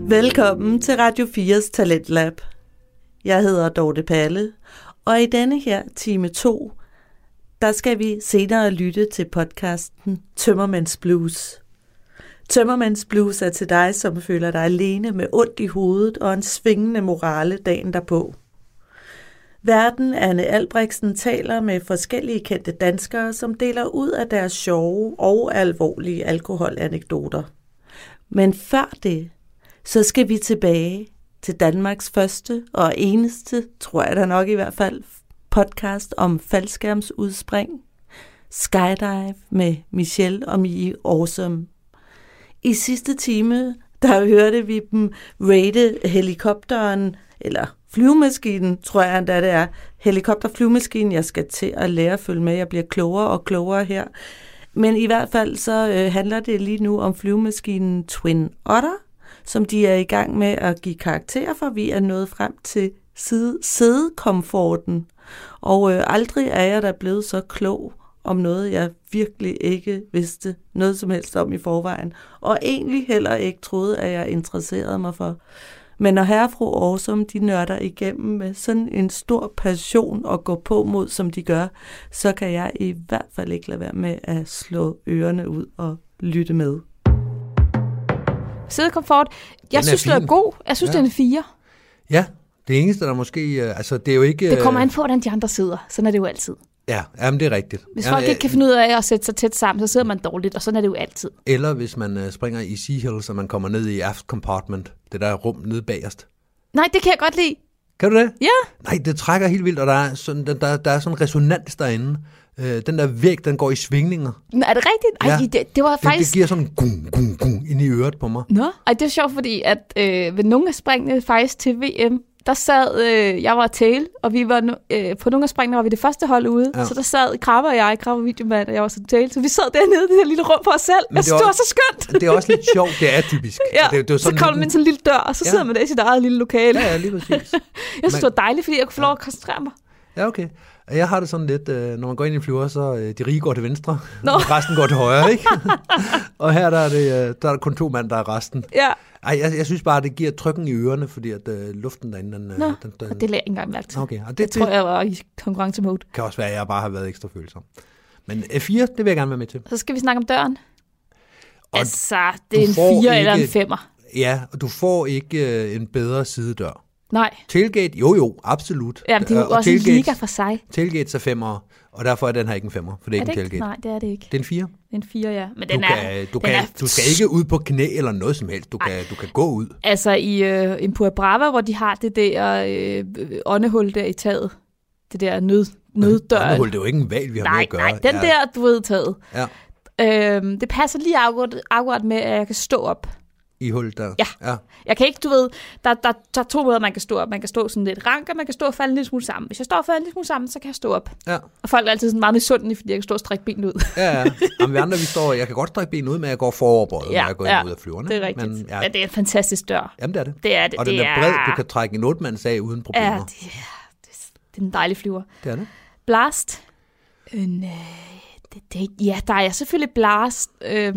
Velkommen til Radio 4's Talentlab. Jeg hedder Dorte Palle, og i denne her time 2, der skal vi senere lytte til podcasten Tømmermænds Blues. Tømmermænds Blues er til dig, som føler dig alene med ondt i hovedet og en svingende morale dagen derpå. Værten Anne Albrechtsen taler med forskellige kendte danskere, som deler ud af deres sjove og alvorlige alkoholanekdoter. Men før det, så skal vi tilbage til Danmarks første og eneste, tror jeg da nok i hvert fald, podcast om faldskærmsudspring, Skydive med Michelle og Mie Awesome. I sidste time, der hørte vi dem rate helikopteren, eller flyvemaskinen, tror jeg endda det er. Helikopterflyvemaskinen, jeg skal til at lære at følge med. Jeg bliver klogere og klogere her. Men i hvert fald så handler det lige nu om flyvemaskinen Twin Otter, som de er i gang med at give karakterer for. Vi er nået frem til sædekomforten. Og aldrig er jeg da blevet så klog om noget, jeg virkelig ikke vidste noget som helst om i forvejen. Og egentlig heller ikke troede, at jeg interesserede mig for. Men når herre og fru Awesome, de nørder igennem med sådan en stor passion og gå på mod, som de gør, så kan jeg i hvert fald ikke lade være med at slå ørerne ud og lytte med. Sædekomfort. Jeg synes, det er god. Jeg synes, den er 4. Ja, det eneste, der måske... det er jo ikke... Det kommer an på, hvordan de andre sidder. Sådan er det jo altid. Ja, jamen det er rigtigt. Hvis folk ikke kan finde ud af at sætte sig tæt sammen, så sidder man dårligt, og sådan er det jo altid. Eller hvis man springer i Sea Hill, så man kommer ned i aft compartment, det der rum nede bagerst. Nej, det kan jeg godt lide. Kan du det? Ja. Nej, det trækker helt vildt, og der er sådan en resonans derinde. Den der væg, den går i svingninger. Nå, er det rigtigt? Ej, det var faktisk... Det giver sådan gung ind i øret på mig. Nå, det er sjovt, fordi at ved nogle af springene faktisk til VM, der sad, jeg var tail, og vi var på nogle af springene var vi det første hold ude, så der sad Krabbe og jeg, Krabbe videomand, og jeg var så tail, så vi sad dernede i det her lille rum for os selv. Jeg synes, det var så skønt. Det er også lidt sjovt, det er typisk. Ja, det er sådan så kommer man ind til en lille dør, og så sidder man der i sit eget lille lokale. Ja, lige præcis. Jeg synes, det var dejligt, fordi jeg kunne få lov at koncentrere mig. Ja, okay. Jeg har det sådan lidt, når man går ind i en flyver, så de rige går til venstre, og resten går til højre, ikke? Og her der er der kun 2 mand, der er resten. Ja. Ej, jeg synes bare, det giver trykken i ørerne, fordi at luften derinde... det lader jeg ikke engang mærke til. Okay, det tror jeg var i konkurrencemode. Kan også være, at jeg bare har været ekstra følsom. Men 4, det vil jeg gerne være med til. Så skal vi snakke om døren. Og altså, det er en 4 eller en 5'er. Ja, og du får ikke en bedre sidedør. Nej. Tailgate, jo, absolut. Ja, det er jo også en liga for sig. Tailgate er 5'er, og derfor er den her ikke en 5'er, for det er ikke en tailgate. Nej, det er det ikke. Det er en 4. Det er en 4, ja. Men Du skal ikke ud på knæ eller noget som helst. Du kan gå ud. Altså i Impura Brava, hvor de har det der åndehul der i taget. Det der nøddør. Åndehul, det er jo ikke en valg, vi har med at gøre. Nej, den der, du ved, taget. Ja. Det passer lige akkurat med, at jeg kan stå op. I hullet der? Ja. Jeg kan ikke, du ved, der er 2 måder, man kan stå op. Man kan stå sådan lidt rank, og man kan stå og falde en lille smule sammen. Hvis jeg står og falder en lille smule sammen, så kan jeg stå op. Ja. Og folk er altid sådan meget misundelige, fordi jeg kan stå og strække benene ud. Ja. Jamen, vi andre, jeg kan godt strække benene ud, men jeg går foroverbøjet, når jeg går ind ud af flyverne. Det er rigtigt. Men det er en fantastisk dør. Jamen, det er det. Det er det. Og den er bred, du kan trække en 8-mands af uden problemer. Ja, det er en dejlig flyver. Det er det. Blast. Der er selvfølgelig blast.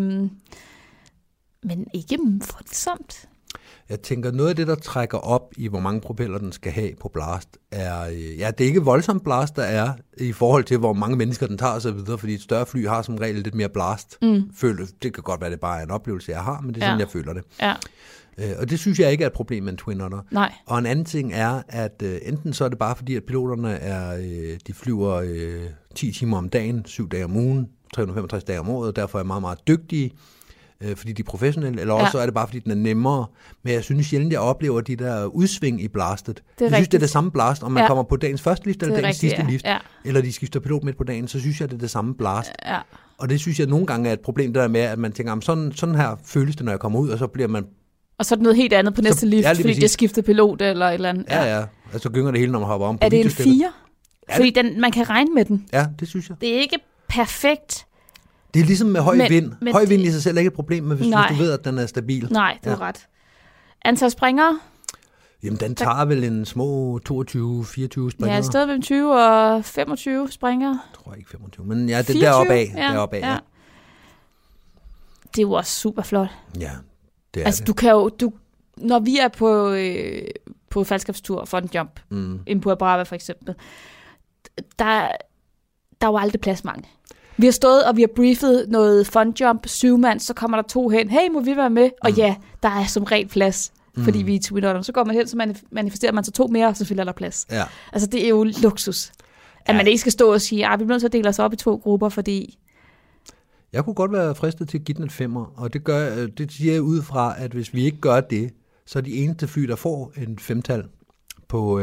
Men ikke voldsomt. Jeg tænker, noget af det, der trækker op i, hvor mange propeller den skal have på blast, er... Ja, det er ikke voldsomt blast, der er, i forhold til, hvor mange mennesker den tager osv., fordi et større fly har som regel lidt mere blast. Det kan godt være, det bare er en oplevelse, jeg har, men det er sådan, jeg føler det. Ja. Og det synes jeg ikke er et problem med en Twin Otter. Nej. Og en anden ting er, at enten så er det bare fordi, at piloterne de flyver 10 timer om dagen, 7 dage om ugen, 365 dage om året, og derfor er meget, meget dygtige, fordi de er professionelle, eller også så er det bare, fordi den er nemmere. Men jeg synes sjældent, jeg oplever de der udsving i blastet. Jeg synes, det er det samme blast, om man kommer på dagens første lift, eller dagens sidste lift, eller de skifter pilot midt på dagen, så synes jeg, det er det samme blast. Ja. Og det synes jeg nogle gange er et problem, det der med, at man tænker, sådan her føles det, når jeg kommer ud, og så bliver man... Og så er det noget helt andet på næste lift, fordi de skifter pilot, eller et eller andet. Ja. Altså gynger det hele, når man hopper om på. Er det en 4? Fordi man kan regne med den. Ja, det synes jeg. Det er ikke perfekt. Det er ligesom med høj vind. Høj vind i sig selv er ikke et problem, men hvis du ved, at den er stabil. Nej, det er ret. Antal springere? Jamen, den tager vel en små 22-24 springere. Ja, et sted mellem 20 og 25 springere. Jeg tror ikke 25, men ja, det er deroppe af. Ja. Det er jo også super flot. Ja, det er altså, det. du kan jo... når vi er på faldskabstur for en jump, inde på Brava for eksempel, der var aldrig pladsmangel. Vi har stået, og vi har briefet noget fun jump, 7 mand, så kommer der 2 hen, hey, må vi være med? Og ja, der er som regel plads, fordi vi er Twin Otter. Så går man hen, så manifesterer man så 2 mere, og så fylder der plads. Ja. Altså, det er jo luksus. At man ikke skal stå og sige, vi bliver nødt til at dele os op i 2 grupper, fordi... Jeg kunne godt være fristet til at give den et 5'er, og det siger jeg ud fra, at hvis vi ikke gør det, så er de eneste fly, der får en 5-tal på...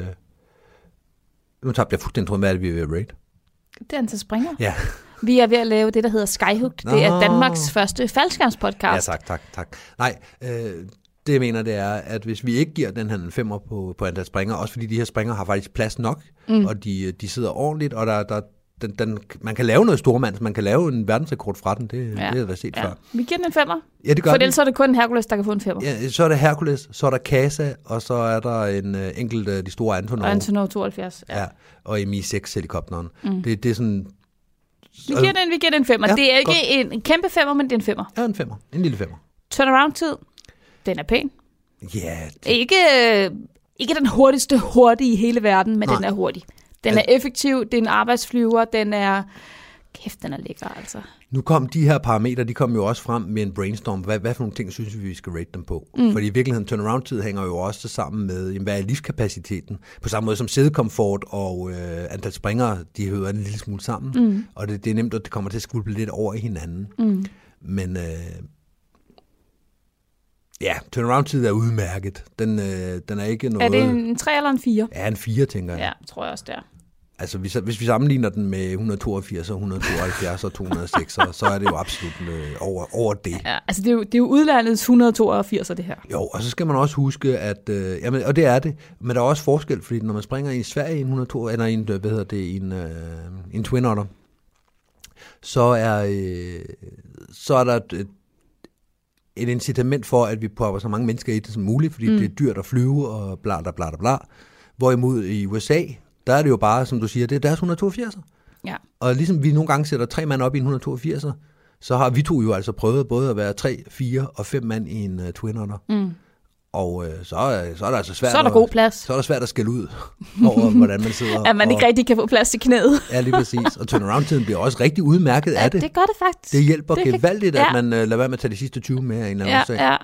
Nu tabte jeg fuldstændig tråden, hvad er det, vi er ved at rate? Det er antal springer. Ja. Vi er ved at lave det, der hedder Skyhooked. Det er Danmarks første faldskærmspodcast. Ja, tak. Nej, det jeg mener, det er, at hvis vi ikke giver den her en 5'er på antal springer, også fordi de her springer har faktisk plads nok, og de sidder ordentligt, og man kan lave noget stormand, man kan lave en verdensrekord fra den, det har jeg da set før. Vi giver den en 5'er. Ja, det gør for ellers er det kun en Hercules, der kan få en 5'er. Ja, så er der Hercules, så er der Casa, og så er der en enkelt af de store Antonov. Antonov 72, ja. Og Mi-6-helikopteren. Det er sådan... Vi giver den en 5'er. Ja, det er ikke en kæmpe 5'er, men det er en 5'er. Ja, en 5'er. En lille 5'er. Turnaround-tid, den er pæn. Ja. Ikke den hurtige i hele verden, men den er hurtig. Den er effektiv, det er en arbejdsflyver, den er... Kæft, den er lækker, altså. Nu kom de her parametre, de kom jo også frem med en brainstorm. Hvad for nogle ting synes vi skal rate dem på? Fordi i virkeligheden, turnaround-tid hænger jo også sammen med, hvad er livskapaciteten? På samme måde som sædekomfort og antal springere, de hører en lille smule sammen. Og det er nemt, at det kommer til at skvulpe lidt over i hinanden. Men turnaround-tid er udmærket. Den er ikke noget... Er det en 3 eller en 4? Ja, en 4, tænker jeg. Ja, tror jeg også, det er. Altså, hvis vi sammenligner den med 182 og 172 og 206, så er det jo absolut over det. Ja, altså det er jo udlandets 182, det her. Jo, og så skal man også huske, at... og det er det, men der er også forskel, fordi når man springer i Sverige i en 102, eller en Twin Otter, så er der et incitament for, at vi prøver så mange mennesker i det som muligt, fordi det er dyrt at flyve og bla bla bla bla. Hvorimod i USA... Der er det jo bare, som du siger, det er deres 182'er. Ja. Og ligesom vi nogle gange sætter 3 mand op i en 182'er, så har vi to jo altså prøvet både at være 3, 4 og 5 mand i en Twin Otter. Og så er der altså svært. Så er der god plads. Så er der svært at skælde ud over, hvordan man sidder. At man ikke rigtig kan få plads til knæet. Ja, lige præcis. Og turnaround-tiden bliver også rigtig udmærket af det. Det gør det faktisk. Det hjælper gevaldigt, at man lader være med at tage de sidste 20 med af en eller anden sag.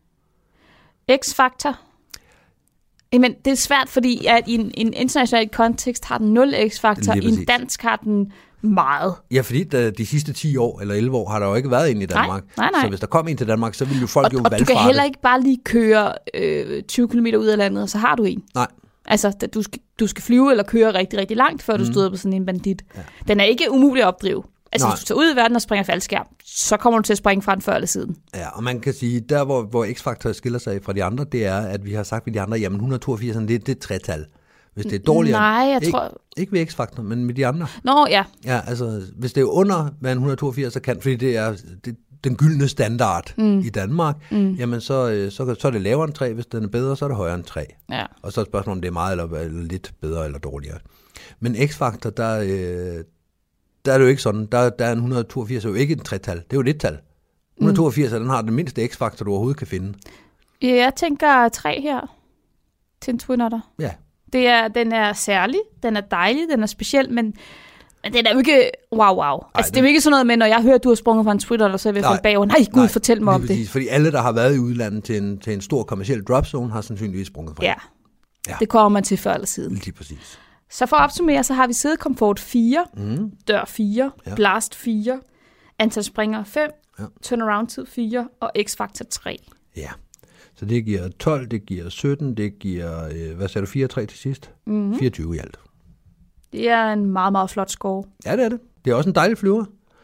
Ja. X-faktor. Men det er svært, fordi at i en international kontekst har den 0 X-faktor, i en dansk har den meget. Ja, fordi de sidste 10 år eller 11 år har der jo ikke været en i Danmark. Nej. Så hvis der kom en til Danmark, så ville jo folk jo valgfarte. Og du kan heller ikke bare lige køre 20 km ud af landet, og så har du en. Nej. Altså, du skal flyve eller køre rigtig, rigtig langt, før du støder på sådan en bandit. Ja. Den er ikke umulig at opdrive. Altså, hvis du tager ud i verden og springer faldskærm, så kommer du til at springe fra den før eller siden. Ja, og man kan sige, der hvor X-faktor skiller sig fra de andre, det er, at vi har sagt ved de andre, jamen 182, det er 3-tal. Hvis det er dårligere... Nej, jeg tror... Ikke ved X-faktor, men med de andre. Nå, ja. Ja, altså, hvis det er under, hvad en 182 så kan, fordi det er den gyldne standard i Danmark, jamen så er det lavere end 3, hvis den er bedre, så er det højere end 3. Ja. Og så er det spørgsmål, om det er meget eller lidt bedre eller dårligere. Men X-faktor, der er det jo ikke sådan. Der er en 182 jo ikke et 3-tal. Det er jo et 1-tal. 182, den har den mindste X-faktor, du overhovedet kan finde. Ja, jeg tænker 3 her til en Twin Otter. Ja. Den er særlig, den er dejlig, den er speciel, men den er jo ikke wow. Altså, det er jo ikke sådan noget med, når jeg hører, at du har sprunget fra en Twin Otter, så er jeg ved at falde bagover. Nej, Gud, fortæl mig om det. Fordi alle, der har været i udlandet til en stor kommerciel dropzone, har sandsynligvis sprunget fra. Ja, det kommer man til før eller siden. Lige præcis. Så for at opsummere, så har vi sædekomfort 4, dør 4, blast 4, antal springere 5, turnaround-tid 4 og X-faktor 3. Ja, så det giver 12, det giver 17, det giver, hvad sagde du, 4 og 3 til sidst? 24 i alt. Det er en meget, meget flot score. Ja, det er det. Det er også en dejlig flyver.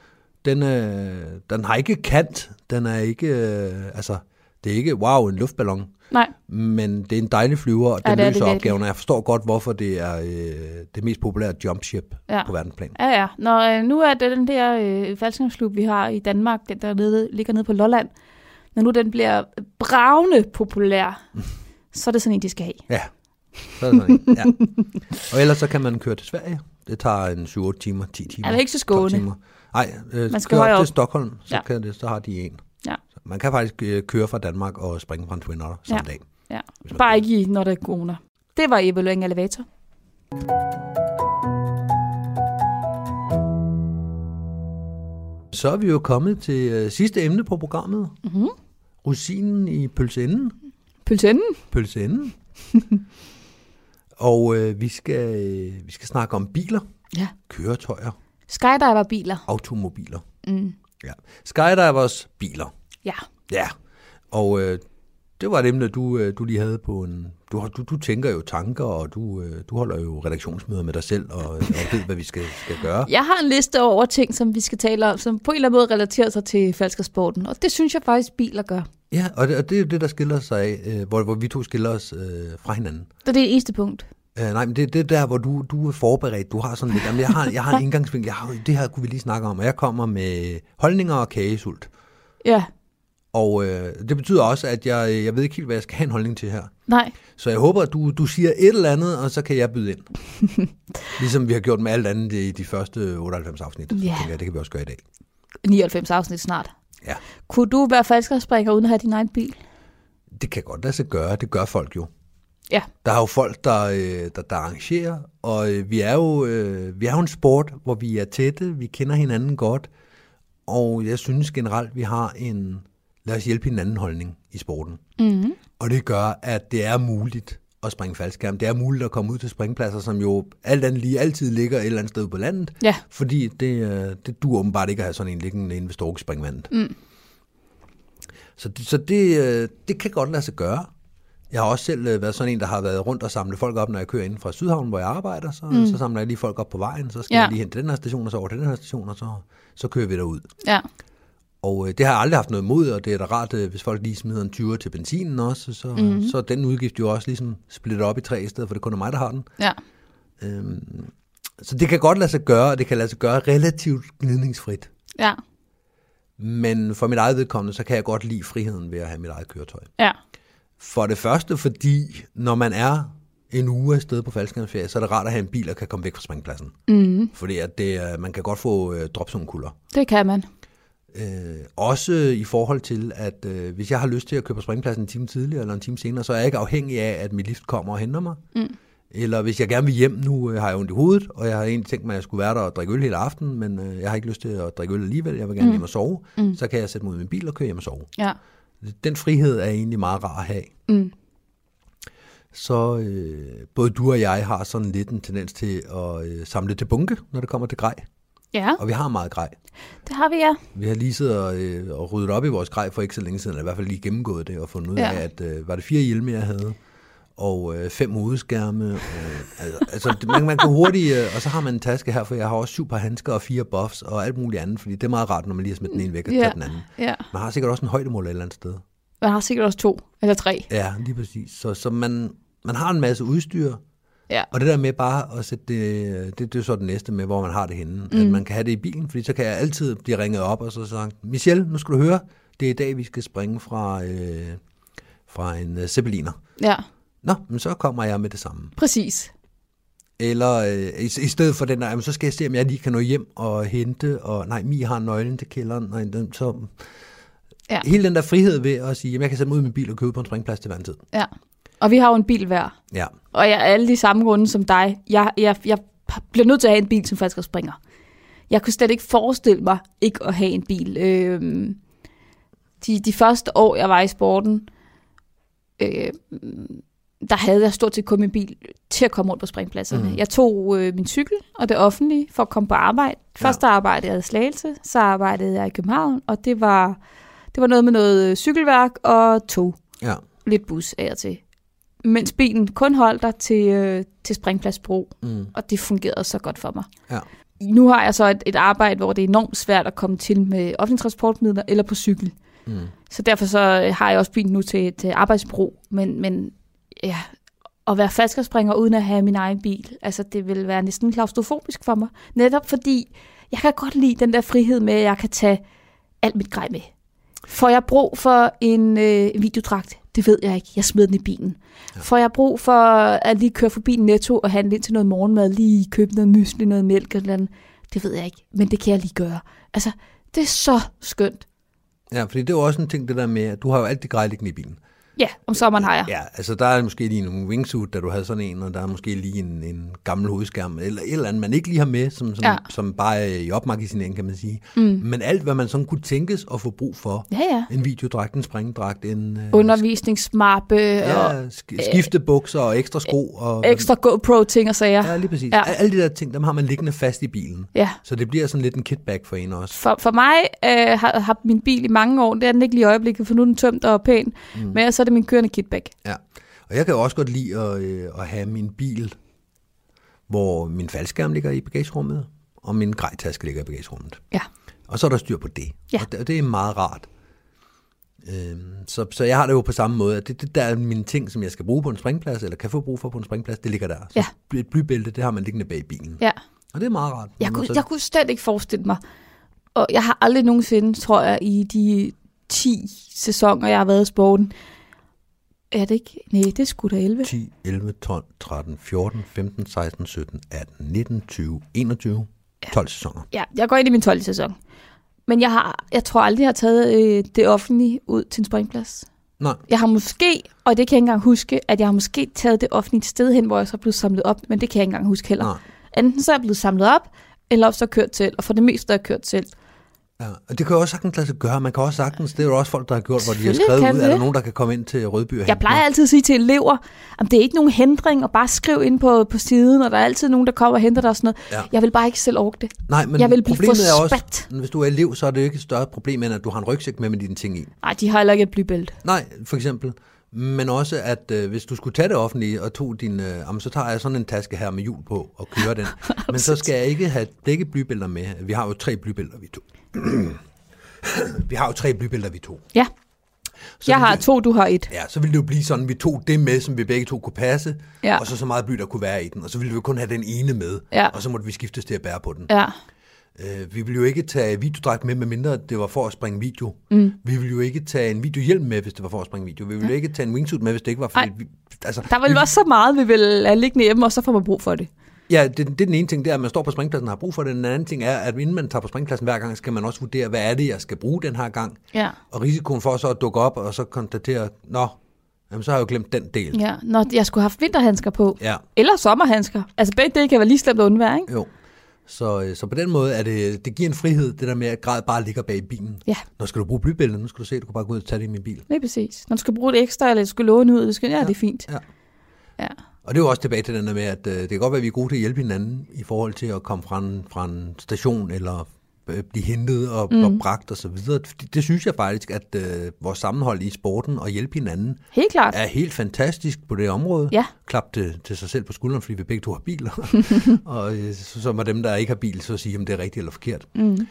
Den har ikke kant, den er ikke, det er ikke, en luftballon. Nej. Men det er en dejlig flyver, og den løser opgaven, og jeg forstår godt, hvorfor det er det mest populære jumpship på verdensplan. Ja. Når nu er det den der faldskærmsklub, vi har i Danmark, den der ligger nede på Lolland, når nu den bliver bravende populær, så er det sådan en, de skal have. Ja, så er det sådan en. Ja. Og ellers så kan man køre til Sverige. Det tager en 7-8 timer, 10 timer. Er det ikke så skåne? Nej, man skal højere op til Stockholm, så har de en. Ja. Man kan faktisk køre fra Danmark og springe fra en Twin Otter samme dag. Ja. Bare ikke når der er corona. Det var evaluering af elevator. Så er vi jo kommet til sidste emne på programmet. Mm-hmm. Rosinen i pølseenden. Pølseenden? Og vi skal snakke om biler. Ja. Køretøjer. Skydiver-biler. Automobiler. Mm. Ja. Skydivers biler. Ja. Ja. Og det var et emne, du lige havde på en... Du tænker jo tanker, og du holder jo redaktionsmøder med dig selv, og ved, hvad vi skal gøre. Jeg har en liste over ting, som vi skal tale om, som på en eller anden måde relaterer sig til falskersporten, og det synes jeg faktisk, biler gør. Ja, og det er jo det, der skiller sig af, hvor vi to skiller os fra hinanden. Det er det eneste punkt. Nej, men det er der, hvor du er forberedt. Du har sådan lidt... Jamen, jeg har en indgangsvinkel. Det her kunne vi lige snakke om, og jeg kommer med holdninger og kagesult. Ja. Og det betyder også, at jeg ved ikke helt, hvad jeg skal have en holdning til her. Nej. Så jeg håber, at du siger et eller andet, og så kan jeg byde ind. Ligesom vi har gjort med alt andet i de første 98 afsnit. Så tænker jeg, det kan vi også gøre i dag. 99 afsnit snart. Ja. Kunne du være falskerspringer uden at have din egen bil? Det kan godt lade sig gøre. Det gør folk jo. Ja. Der er jo folk, der arrangerer, og vi er jo en sport, hvor vi er tætte, vi kender hinanden godt, og jeg synes generelt, vi har en... Lad os hjælpe hinanden holdning i sporten. Mm-hmm. Og det gør, at det er muligt at springe faldskærm. Det er muligt at komme ud til springpladser, som jo alt andet lige altid ligger et eller andet sted på landet. Ja. Fordi det duer åbenbart ikke at have sådan en liggende inde ved Storkespringvandet. Mm. Så det kan godt lade sig gøre. Jeg har også selv været sådan en, der har været rundt og samlet folk op, når jeg kører inden fra Sydhavn, hvor jeg arbejder. Så samler jeg lige folk op på vejen, så skal jeg lige hente den her station, og så over til den her station, og så kører vi derud. Ja. Og det har jeg aldrig haft noget imod, og det er da rart, hvis folk lige smider en 20 til benzinen også, så er den udgift jo også ligesom splittet op i 3 i stedet, for det kun er mig, der har den. Ja. Så det kan godt lade sig gøre, og det kan lade sig gøre relativt gnidningsfrit. Ja. Men for mit eget vedkommende, så kan jeg godt lide friheden ved at have mit eget køretøj. Ja. For det første, fordi når man er en uge afsted på faldskærmsferie, så er det rart at have en bil, der kan komme væk fra springpladsen. Mm. Fordi at man kan godt få dropzone-kulder. Det kan man. Også i forhold til, at hvis jeg har lyst til at køre på springpladsen en time tidligere eller en time senere, så er jeg ikke afhængig af, at mit lift kommer og henter mig. Mm. Eller hvis jeg gerne vil hjem, nu har jeg ondt i hovedet, og jeg har egentlig tænkt mig, at jeg skulle være der og drikke øl hele aften, men jeg har ikke lyst til at drikke øl alligevel, jeg vil gerne hjem og sove, så kan jeg sætte mig ud i min bil og køre hjem og sove. Ja. Den frihed er egentlig meget rar at have. Mm. Så både du og jeg har sådan lidt en tendens til at samle til bunke, når det kommer til grej. Ja. Og vi har meget grej. Det har vi, ja. Vi har lige siddet og ryddet op i vores grej for ikke så længe siden, eller i hvert fald lige gennemgået det og fundet ud af, at var det 4 hjelme, jeg havde, og 5 hovedskærme. Altså man kan hurtigt, og så har man en taske her, for jeg har også 7 par handsker og 4 buffs og alt muligt andet, fordi det er meget rart, når man lige har smidt den ene væk og tager den anden. Ja. Man har sikkert også en højdemåler et eller andet sted. Man har sikkert også 2 eller 3. Ja, lige præcis. Så man har en masse udstyr. Ja. Og det der med bare at sætte det er så det næste med, hvor man har det henne. At man kan have det i bilen, fordi så kan jeg altid blive ringet op og så sagt, Michelle, nu skal du høre, det er i dag, vi skal springe fra en zeppeliner. Ja. Nå, men så kommer jeg med det samme. Præcis. Eller i stedet for den der, så skal jeg se, om jeg lige kan nå hjem og hente, og nej, Mi har nøglen til kælderen, så... Ja. Hele den der frihed ved at sige, at jeg kan sætte mig ud i min bil og købe på en springplads til hver en tid. Ja. Og vi har jo en bil hver. Ja. Og jeg er alle de samme grunde som dig. Jeg bliver nødt til at have en bil, som faktisk springer. Jeg kunne slet ikke forestille mig ikke at have en bil. De første år, jeg var i sporten, der havde jeg stort set kun min bil til at komme rundt på springpladserne. Jeg tog min cykel og det offentlige for at komme på arbejde. Først arbejdede jeg i Slagelse, så arbejdede jeg i København, og det var noget med noget cykelværk og tog. Ja. Lidt bus af og til. Mens bilen kun holdt der til springpladsbrug, og det fungerede så godt for mig. Ja. Nu har jeg så et arbejde, hvor det er enormt svært at komme til med offentlige transportmidler eller på cykel. Så derfor så har jeg også bilen nu til arbejdsbrug, men ja, at være falskerspringer uden at have min egen bil, altså det vil være næsten klaustrofobisk for mig. Netop fordi, jeg kan godt lide den der frihed med, at jeg kan tage alt mit grej med. Får jeg brug for en videodragt? Det ved jeg ikke. Jeg smider den i bilen. Ja. Får jeg brug for at lige køre forbi Netto og handle ind til noget morgenmad, lige købe noget mysli, noget mælk eller andet? Det ved jeg ikke, men det kan jeg lige gøre. Altså, det er så skønt Ja, fordi det er jo også en ting, det der med, at du har jo altid grej liggende i bilen. Ja, om sommeren har jeg. Ja, altså der er måske lige en wingsuit, da du havde sådan en, og der er måske lige en gammel hovedskærm, eller et eller andet, man ikke lige har med, som bare er i opmagasinering, kan man sige. Men alt, hvad man sådan kunne tænkes at få brug for. Ja. En videodragt, en springdragt, en... undervisningsmappe. Ja, skiftebukser og ekstra sko. Og ekstra GoPro-ting og sager. Ja, lige præcis. Ja. Alle de der ting, dem har man liggende fast i bilen. Ja. Så det bliver sådan lidt en kitbag for en også. For mig har min bil i mange år, det er den ikke lige i øjeblikket, for nu er den tømt og pæn, men så er det min kørende kitbag. Ja, og jeg kan jo også godt lide at have min bil, hvor min faldskærm ligger i bagagerummet, og min grejtaske ligger i bagagerummet. Ja. Og så er der styr på det. Ja. Og det er meget rart. Så jeg har det jo på samme måde, at det der er mine ting, som jeg skal bruge på en springplads, eller kan få brug for på en springplads, det ligger der. Så et blybælte, det har man liggende bag bilen. Ja. Og det er meget rart. Jeg kunne slet ikke forestille mig, og jeg har aldrig nogensinde, tror jeg, i de 10 sæsoner, jeg har været i sporten, er det ikke? Nej, det er sgu da 11. 10, 11, 12, 13, 14, 15, 16, 17, 18, 19, 20, 21, 12 sæsoner. Ja, jeg går ind i min 12. sæson. Men jeg tror aldrig, jeg har taget det offentlige ud til en springplads. Nej. Jeg har måske, og det kan jeg ikke engang huske, at jeg har måske taget det offentlige sted hen, hvor jeg så er blevet samlet op, men det kan jeg ikke engang huske heller. Nej. Enten så er jeg blevet samlet op, eller så kørt selv, og for det meste er jeg kørt selv. Ja, og det kan jo også sagtens lade sig gøre. Man kan også sagtens, det er jo også folk, der har gjort, hvor de har skrevet ud, er der nogen, der kan komme ind til Rødby og jeg plejer altid at sige til elever, at det er ikke nogen hindring, og bare skriv ind på siden, og der er altid nogen, der kommer og henter dig og sådan noget. Ja. Jeg vil bare ikke selv orke det. Nej, men jeg vil blive problemet for er også, spat. hvis du er elev, så er det jo ikke et større problem, end at du har en rygsæk med dine ting i. Nej, de har heller ikke et blybælte. Nej, for eksempel. Men også, at hvis du skulle tage det offentlige og tog din... så tager jeg sådan en taske her med hjul på og kører den. Men så skal jeg ikke have begge blybælter med. Vi har jo 3 blybælter, vi to. Vi har jo 3 blybælter, vi to. Ja. Så jeg har 2, du har 1. Ja, så ville det jo blive sådan, vi tog det med, som vi begge to kunne passe, og så meget bly, der kunne være i den. Og så ville vi jo kun have den ene med, og så måtte vi skiftes til at bære på den. Ja. Vi ville jo ikke tage videodragt med mindre det var for at springe video. Vi ville jo ikke tage en videohjelm med, hvis det var for at springe video. Vi ville jo ikke tage en wingsuit med, hvis det ikke var for det. Der ville også så meget, vi ville lade liggende hjemme, og så får man brug for det. Ja, det er den ene ting, det er, at man står på springpladsen og har brug for det. Den anden ting er, at inden man tager på springpladsen hver gang, skal man også vurdere, hvad er det, jeg skal bruge den her gang. Ja. Og risikoen for så at dukke op og så konstatere, så har jeg jo glemt den del. Ja, når jeg skulle have haft vinterhandsker på. Ja. Eller sommerhandsker. Altså begge dele kan være lige slemt at undvære, ikke? Jo. Så på den måde er det giver en frihed, det der med, at grad bare ligger bag i bilen. Ja. Når skal du bruge blybæltet, nu skal du se, du kan bare gå ud og tage det i min bil. Det er præcis. Når du skal bruge det ekstra, eller du skal låne ud, det er fint. Ja. Og det er jo også tilbage til den der med, at det kan godt være, at vi er gode til at hjælpe hinanden i forhold til at komme fra en station, eller blive hentet og bragt og så videre. Det synes jeg faktisk, at vores sammenhold i sporten og hjælpe hinanden helt klart er helt fantastisk på det område. Ja. Klap det til sig selv på skulderen, fordi vi begge to har biler. Og så må dem, der ikke har bil, så sige, om det er rigtigt eller forkert.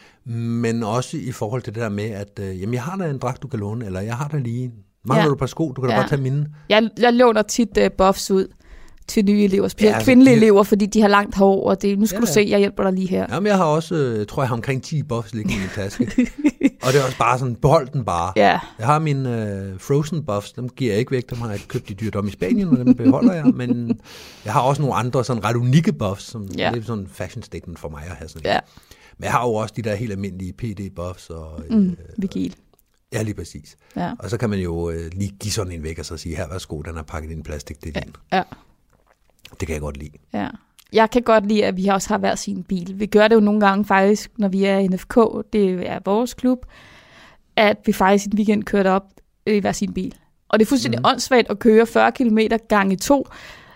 Men også i forhold til det der med, at jeg har da en dragt, du kan låne, eller jeg har da lige mangler du et par sko, du kan da bare tage mine. Jeg låner tit buffs ud til nye elever, specielt kvindelige elever, elever, fordi de har langt hår, og nu skal du se, jeg hjælper dig lige her. Jamen, jeg har også, tror jeg har omkring 10 buffs liggende i min taske. Og det er også bare sådan, behold den bare. Ja. Jeg har mine frozen buffs, dem giver jeg ikke væk, dem har jeg købt i dyrdom i Spanien, og dem beholder jeg, men jeg har også nogle andre sådan ret unikke buffs, som det er sådan en fashion statement for mig at have sådan. Men jeg har jo også de der helt almindelige PD buffs og Vigil. Ja, lige præcis. Ja. Og så kan man jo lige give sådan en væk og så sige, her, værsgo, den er pakket i en plastik, det er din. Ja. Det kan jeg godt lide. Ja. Jeg kan godt lide, at vi også har hver sin bil. Vi gør det jo nogle gange faktisk, når vi er i NFK, det er vores klub, at vi faktisk en weekend kører op i hver sin bil. Og det er fuldstændig åndssvagt at køre 40 km gange 2.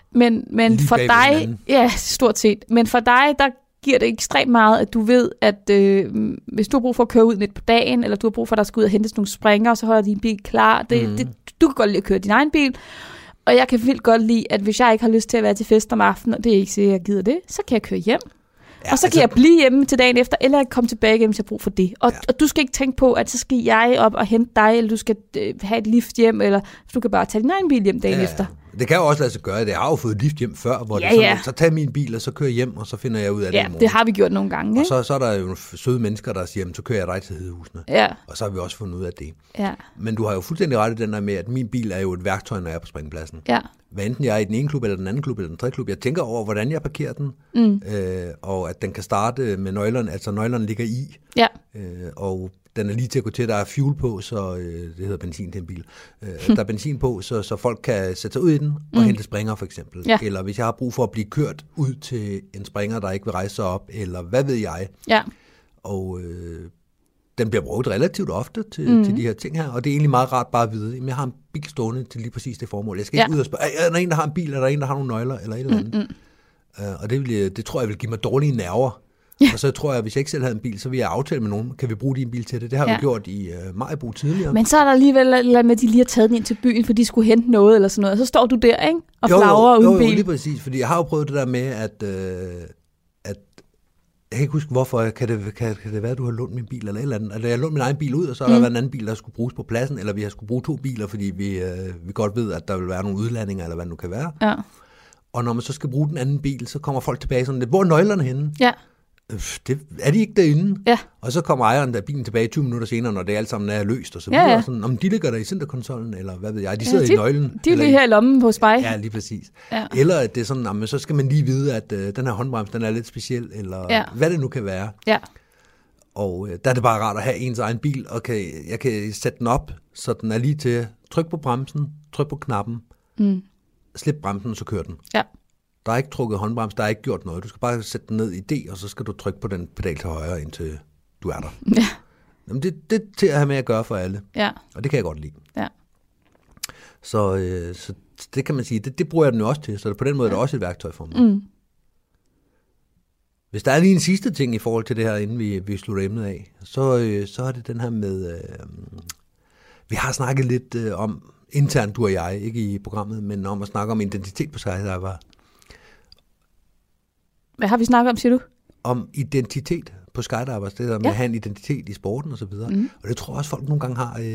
Men for dig, ja, stort set. Men for dig, der giver det ekstremt meget, at du ved, at hvis du har brug for at køre ud midt på dagen, eller du har brug for, at der skal ud og hentes nogle springere, så holder din bil klar. Du kan godt lide at køre din egen bil. Og jeg kan vildt godt lide, at hvis jeg ikke har lyst til at være til fest om aftenen, og det er ikke sikkert, at jeg gider det, så kan jeg køre hjem. Ja, og så kan jeg blive hjemme til dagen efter, eller komme tilbage hjem, hvis jeg har brug for det. Og du skal ikke tænke på, at så skal jeg op og hente dig, eller du skal have et lift hjem, eller du kan bare tage din egen bil hjem dagen efter. Det kan jo også lade sig gøre. Det har jo fået lift hjem før, hvor det sådan, så tager min bil, og så kører hjem, og så finder jeg ud af det i morgen. Det har vi gjort nogle gange. Og så er der jo søde mennesker, der siger, så kører jeg dig til Hedehusene. Ja. Og så har vi også fundet ud af det. Ja. Men du har jo fuldstændig ret i den der med, at min bil er jo et værktøj, når jeg er på springpladsen. Ja. Hvad enten jeg er i den ene klub, eller den anden klub, eller den tredje klub. Jeg tænker over, hvordan jeg parkerer den, og at den kan starte med nøglerne, altså nøglerne ligger i. Ja. og den er lige til at gå til, der er fuel på, så det hedder benzin til en bil. Der er benzin på, så folk kan sætte sig ud i den og hente springer for eksempel. Ja. Eller hvis jeg har brug for at blive kørt ud til en springer, der ikke vil rejse sig op, eller hvad ved jeg. Ja. Og den bliver brugt relativt ofte til de her ting her, og det er egentlig meget rart bare at vide, at jeg har en bil stående til lige præcis det formål. Jeg skal ikke ud og spørge, er der en, der har en bil, er der en, der har nogle nøgler, eller et eller andet. Og det tror jeg vil give mig dårlige nerver. Ja. Og så tror jeg, at hvis jeg ikke selv havde en bil, så vil jeg aftale med nogen, kan vi bruge din bil til det? Det har vi gjort i Maribo tidligere. Men så er der alligevel med, at de lige har taget den ind til byen, for de skulle hente noget eller sådan noget. Og så står du der, ikke? Og flagrer uden bil. Jo, lige præcis. Fordi jeg har jo prøvet det der med, at jeg kan ikke huske, hvorfor kan det være, at du har lånt min bil eller et eller andet. Altså, jeg har lånt min egen bil ud, og så har der været en anden bil, der skulle bruges på pladsen, eller vi har skulle bruge 2 biler, fordi vi godt ved, at der vil være nogle udlandinger, eller hvad det nu kan være. Ja. Og når man så skal bruge den anden bil, så kommer folk tilbage sådan lidt, hvor er nøglerne henne? Ja. Er de ikke derinde? Ja. Og så kommer ejeren af bilen tilbage 20 minutter senere, når det alt sammen er løst og så videre. Ja. Sådan, om de ligger der i centerkonsollen, eller hvad ved jeg, de sidder i nøglen. De er lige her i lommen hos mig. Ja, lige præcis. Ja. Eller det er sådan, så skal man lige vide, at den her håndbrems, den er lidt speciel, eller hvad det nu kan være. Ja. Og der er det bare rart at have ens egen bil, og jeg kan sætte den op, så den er lige til tryk på bremsen, tryk på knappen, slip bremsen, så kører den. Ja. Der er ikke trukket håndbrems, der er ikke gjort noget. Du skal bare sætte den ned i D, og så skal du trykke på den pedal til højre, indtil du er der. Ja. Jamen, det er til at have med at gøre for alle. Ja. Og det kan jeg godt lide. Ja. Så det kan man sige, det bruger jeg den jo også til, så på den måde er det også et værktøj for mig. Mm. Hvis der er lige en sidste ting i forhold til det her, inden vi slutter emnet af, så er det den her med, vi har snakket lidt om, internt du og jeg, ikke i programmet, men om at snakke om identitet på skydiver. Hvad har vi snakket om, siger du? Om identitet på skydivers, det der med at have en identitet i sporten og så videre. Mm. Og det tror jeg også, folk nogle gange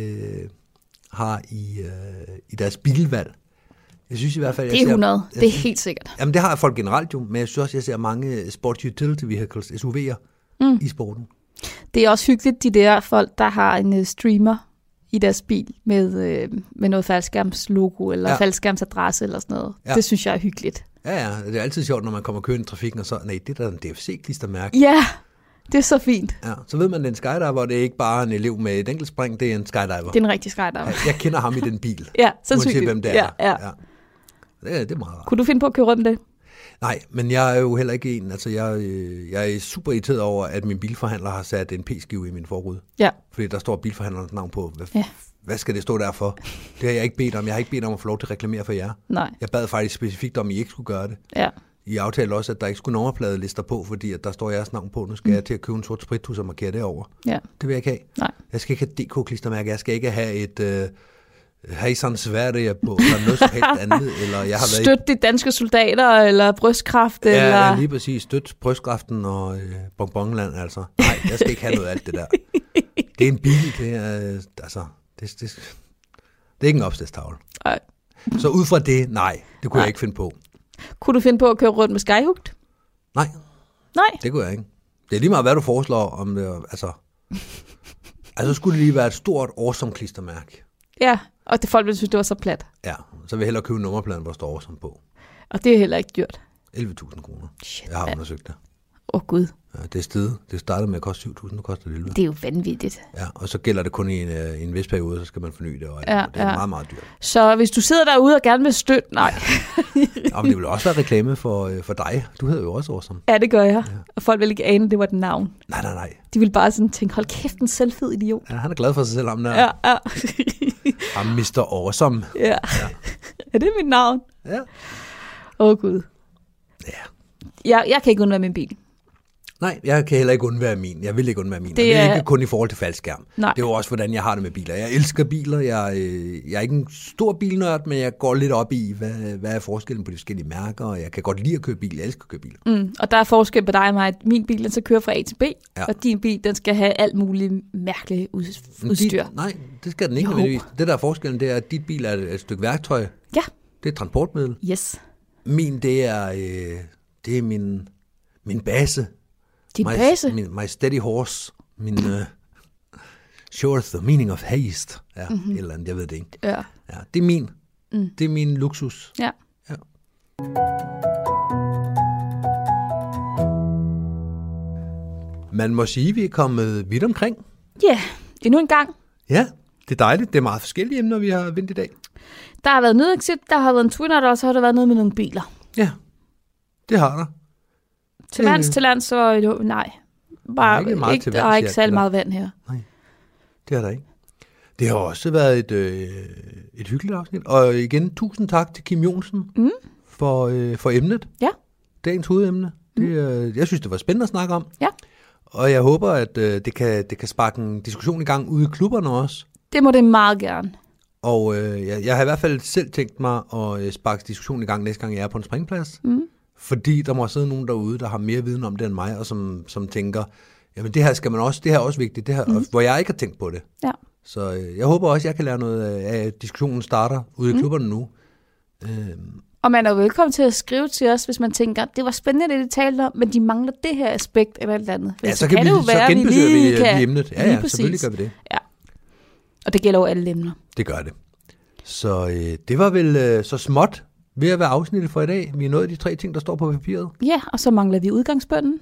har i deres bilvalg. Jeg synes i hvert fald... Det er 100, det er helt sikkert. Jamen det har folk generelt jo, men jeg synes også, jeg ser mange sports utility vehicles, SUV'er, i sporten. Det er også hyggeligt, de der folk, der har en streamer i deres bil med noget faldskærmslogo eller faldskærmsadresse eller sådan noget. Ja. Det synes jeg er hyggeligt. Ja, det er altid sjovt, når man kommer kørende i trafikken, og så, nej, det er da en DFC-klistermærke. Ja, det er så fint. Ja, så ved man, det er en skydiver, og det er ikke bare en elev med et enkelt spring, det er en skydiver. Det er en rigtig skydiver. Jeg kender ham i den bil. Ja, sandsynligt. Uanset hvem det er. Ja. Det er meget rart. Kunne du finde på at køre rundt det? Nej, men jeg er jo heller ikke en. Altså, jeg er super irriteret over, at min bilforhandler har sat en P-skive i min forrude. Ja. Fordi der står bilforhandlerens navn på. Hvad skal det stå der for? Det har jeg ikke bedt om. Jeg har ikke bedt om at få lov til at reklamere for jer. Nej. Jeg bad faktisk specifikt om, at I ikke skulle gøre det. Ja. I aftalte også, at der ikke skulle nummerpladelister på, fordi at der står jeres navn på. Nu skal jeg til at købe en sort spritus og markere det over. Ja. Det vil jeg ikke have. Nej. Jeg skal ikke have DK-klistermærke. Jeg skal ikke have et... Hejsan Sverige på, eller noget som helst andet. Eller jeg har støt de danske soldater, eller brystkræft, eller... Ja, lige præcis. Støt brystkræften og bonbonland, altså. Nej, jeg skal ikke have noget af alt det der. Det er en bil, det er... Altså, det er ikke en opstandstavle. Nej. Så ud fra det, nej, det kunne jeg ikke finde på. Kunne du finde på at køre rundt med skyhooked? Nej. Det kunne jeg ikke. Det er lige meget, hvad du foreslår om det, altså skulle det lige være et stort, awesome klistermærke. Ja, og det folk ville synes, det var så plat. Ja, så vil jeg hellere købe en nummerplade, hvor der står awesome på. Og det er heller ikke dyrt. 11.000 kroner. Jeg har undersøgt det. Gud. Ja, det er steget. Det startede med at koste 7.000, nu koster det 11. Det er jo vanvittigt. Ja, og så gælder det kun i en vis periode, så skal man forny det. Og det er meget, meget dyrt. Så hvis du sidder derude og gerne vil støtte, nej. Ja, men det vil også være reklame for dig. Du hedder jo også awesome. Ja, det gør jeg. Ja. Og folk vil ikke ane, det var et navn. Nej. De vil bare sådan tænke, hold kæft, en selvfed idiot. Ja, han er glad for sig selv, ham der. Ja. Ham Mr. Awesome. Ja. Er det mit navn? Ja. Gud. Ja. Jeg kan ikke undvære min bil. Nej, jeg kan heller ikke undvære min. Jeg vil ikke undvære min. Det er ikke kun i forhold til faldskærm. Nej. Det er jo også, hvordan jeg har det med biler. Jeg elsker biler. Jeg er ikke en stor bilnørd, men jeg går lidt op i, hvad er forskellen på de forskellige mærker, og jeg kan godt lide at køre bil. Jeg elsker at køre biler. Og der er forskel på dig og mig, at min bil, den skal køre fra A til B, og din bil, den skal have alt muligt mærkeligt udstyr. Nej, det skal den ikke nødvendigvis. Det der er forskellen, det er, at dit bil er et stykke værktøj. Ja. Det er et transportmiddel. Yes. Min, det er min base. Din base? My steady horse. Min sure, the meaning of haste. Ja, eller andet, jeg ved det ikke. Ja. Det er min. Det er min luksus. Ja. Man må sige, at vi er kommet vidt omkring. Ja, endnu en gang. Ja, det er dejligt. Det er meget forskellige emner, vi har vendt i dag. Der har været nødexit, der har været en twinner, og så har der været noget med nogle biler. Ja, det har der. Til lands, så nej. Bare ikke der er ikke særlig meget vand her. Nej, det er der ikke. Det har også været et hyggeligt afsnit. Og igen, tusind tak til Kim Jonsen for emnet. Ja. Dagens hovedemne. Jeg synes, det var spændende at snakke om. Ja. Og jeg håber, at det kan sparke en diskussion i gang ude i klubberne også. Det må det meget gerne. Og jeg har i hvert fald selv tænkt mig at sparke diskussionen i gang næste gang, jeg er på en springplads. Fordi der må sidde nogen derude, der har mere viden om det end mig, og som tænker, jamen det her skal man også, det her er også vigtigt, det her, hvor jeg ikke har tænkt på det. Ja. Så jeg håber også, jeg kan lære noget af, at diskussionen starter ude i klubberne nu. Og man er velkommen til at skrive til os, hvis man tænker, det var spændende, det de talte om, men de mangler det her aspekt eller et eller andet. Ja, så kan det jo være, at vi lige kan emnet. Ja, selvfølgelig gør vi det. Ja. Og det gælder jo alle emner. Det gør det. Så det var vel så småt ved at være afsnittet for i dag. Vi er nået de 3 ting, der står på papiret. Ja, og så mangler vi udgangsbønnen.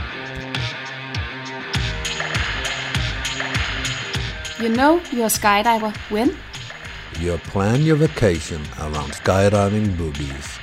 You know you're a skydiver when? You plan your vacation around skydiving boogies.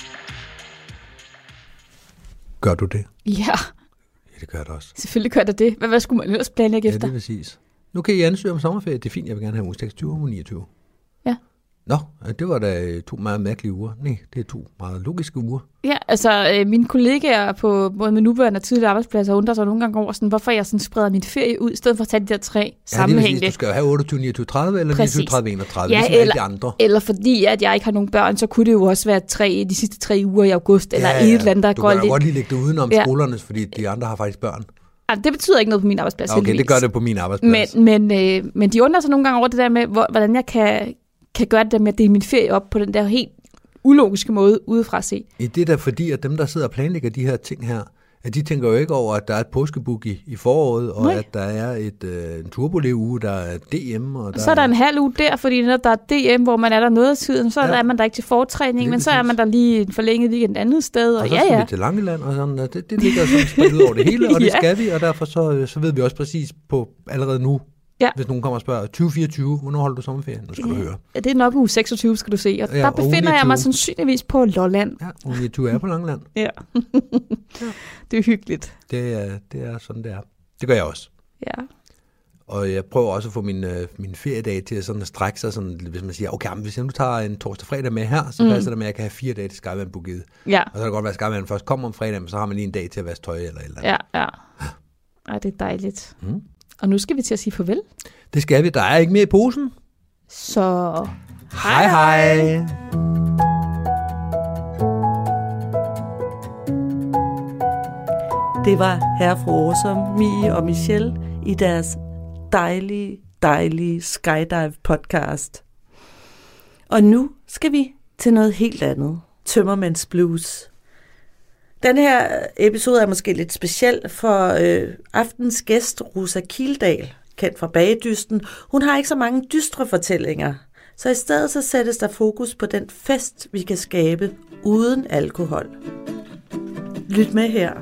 Gør du det? Ja. Ja, det gør det også. Selvfølgelig gør det det. Hvad skulle man ellers planlægge efter? Ja, det er præcis. Nu kan I ansøge om sommerferie. Det er fint, jeg vil gerne have uge 26 og uge 29. Ja. Nå, det var da 2 meget mærkelige uger. Nej, det er 2 meget logiske uger. Ja, altså mine kollegaer på både med nuværende og tidligere arbejdspladser undrer sig nogle gange over, sådan, hvorfor jeg sådan spreder min ferie ud, i stedet for at tage de der 3 sammenhængende. Ja, du skal jo have 28, 29, 30 eller 29, 30, 31, ja, ligesom alle de andre. Eller fordi, at jeg ikke har nogen børn, så kunne det jo også være de sidste 3 uger i august, eller et eller andet, der går lidt. Du kan godt lige lægge det udenom skolerne, fordi de andre har faktisk børn. Ja, det betyder ikke noget på min arbejdsplads. Okay, heldigvis. Det gør det på min arbejdsplads. Men de undrer sig nogle gange over det der med, hvordan jeg kan gøre det der med at dele min ferie op på den der helt ulogiske måde udefra at se. Det er da fordi, at dem, der sidder og planlægger de her ting her, at de tænker jo ikke over, at der er et påskebook i foråret, og at der er en turboleuge, der er DM. Og så er der en halv uge der, fordi når der er DM, hvor man er der noget af tiden, så er man der ikke til fortræning, men så er man der lige en forlænget weekend et andet sted. Og så skal vi til Langeland, og sådan, det ligger sådan spredt ud over det hele, og det skal vi, og derfor så ved vi også præcis på allerede nu, hvis nogen kommer og spørger, 2024, hvornår holder du sommerferie? Nu skal du høre. Ja, det er nok uge 26, skal du se. Og der befinder jeg mig sandsynligvis på Lolland. Ja, uge 29 er på Langeland. Ja. Det er hyggeligt. Det er sådan, det er. Det gør jeg også. Ja. Og jeg prøver også at få min feriedag til at, sådan at strække sig, sådan, hvis man siger, okay, hvis jeg nu tager en torsdag fredag med her, så passer det med, at jeg kan have 4 dage til Skyvand-booket. Ja. Og så kan det godt være, at Skyvand først kommer om fredagen, så har man lige en dag til at vaske tøj eller et eller andet. Ja. Ej, det er dejligt. Og nu skal vi til at sige farvel. Det skal vi. Der er ikke mere i posen. Så hej. Det var herre fru Awesome, Mie og Michelle i deres dejlige skydive podcast. Og nu skal vi til noget helt andet. Tømmermænds Blues. Den her episode er måske lidt speciel for aftens gæst, Rosa Kildal, kendt fra Bagedysten. Hun har ikke så mange dystre fortællinger, så i stedet så sættes der fokus på den fest, vi kan skabe uden alkohol. Lyt med her.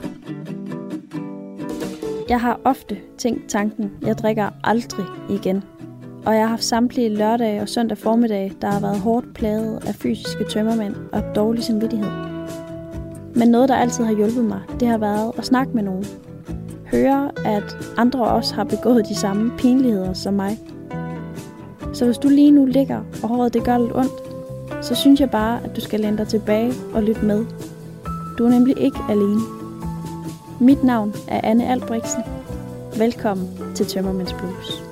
Jeg har ofte tænkt tanken, jeg drikker aldrig igen. Og jeg har haft samtlige lørdage og søndag formiddag, der har været hårdt plaget af fysiske tømmermænd og dårlig samvittighed. Men noget, der altid har hjulpet mig, det har været at snakke med nogen. Høre, at andre også har begået de samme pinligheder som mig. Så hvis du lige nu ligger, og håret det gør lidt ondt, så synes jeg bare, at du skal læne dig tilbage og lytte med. Du er nemlig ikke alene. Mit navn er Anne Albrechtsen. Velkommen til Tømmermænds Blues.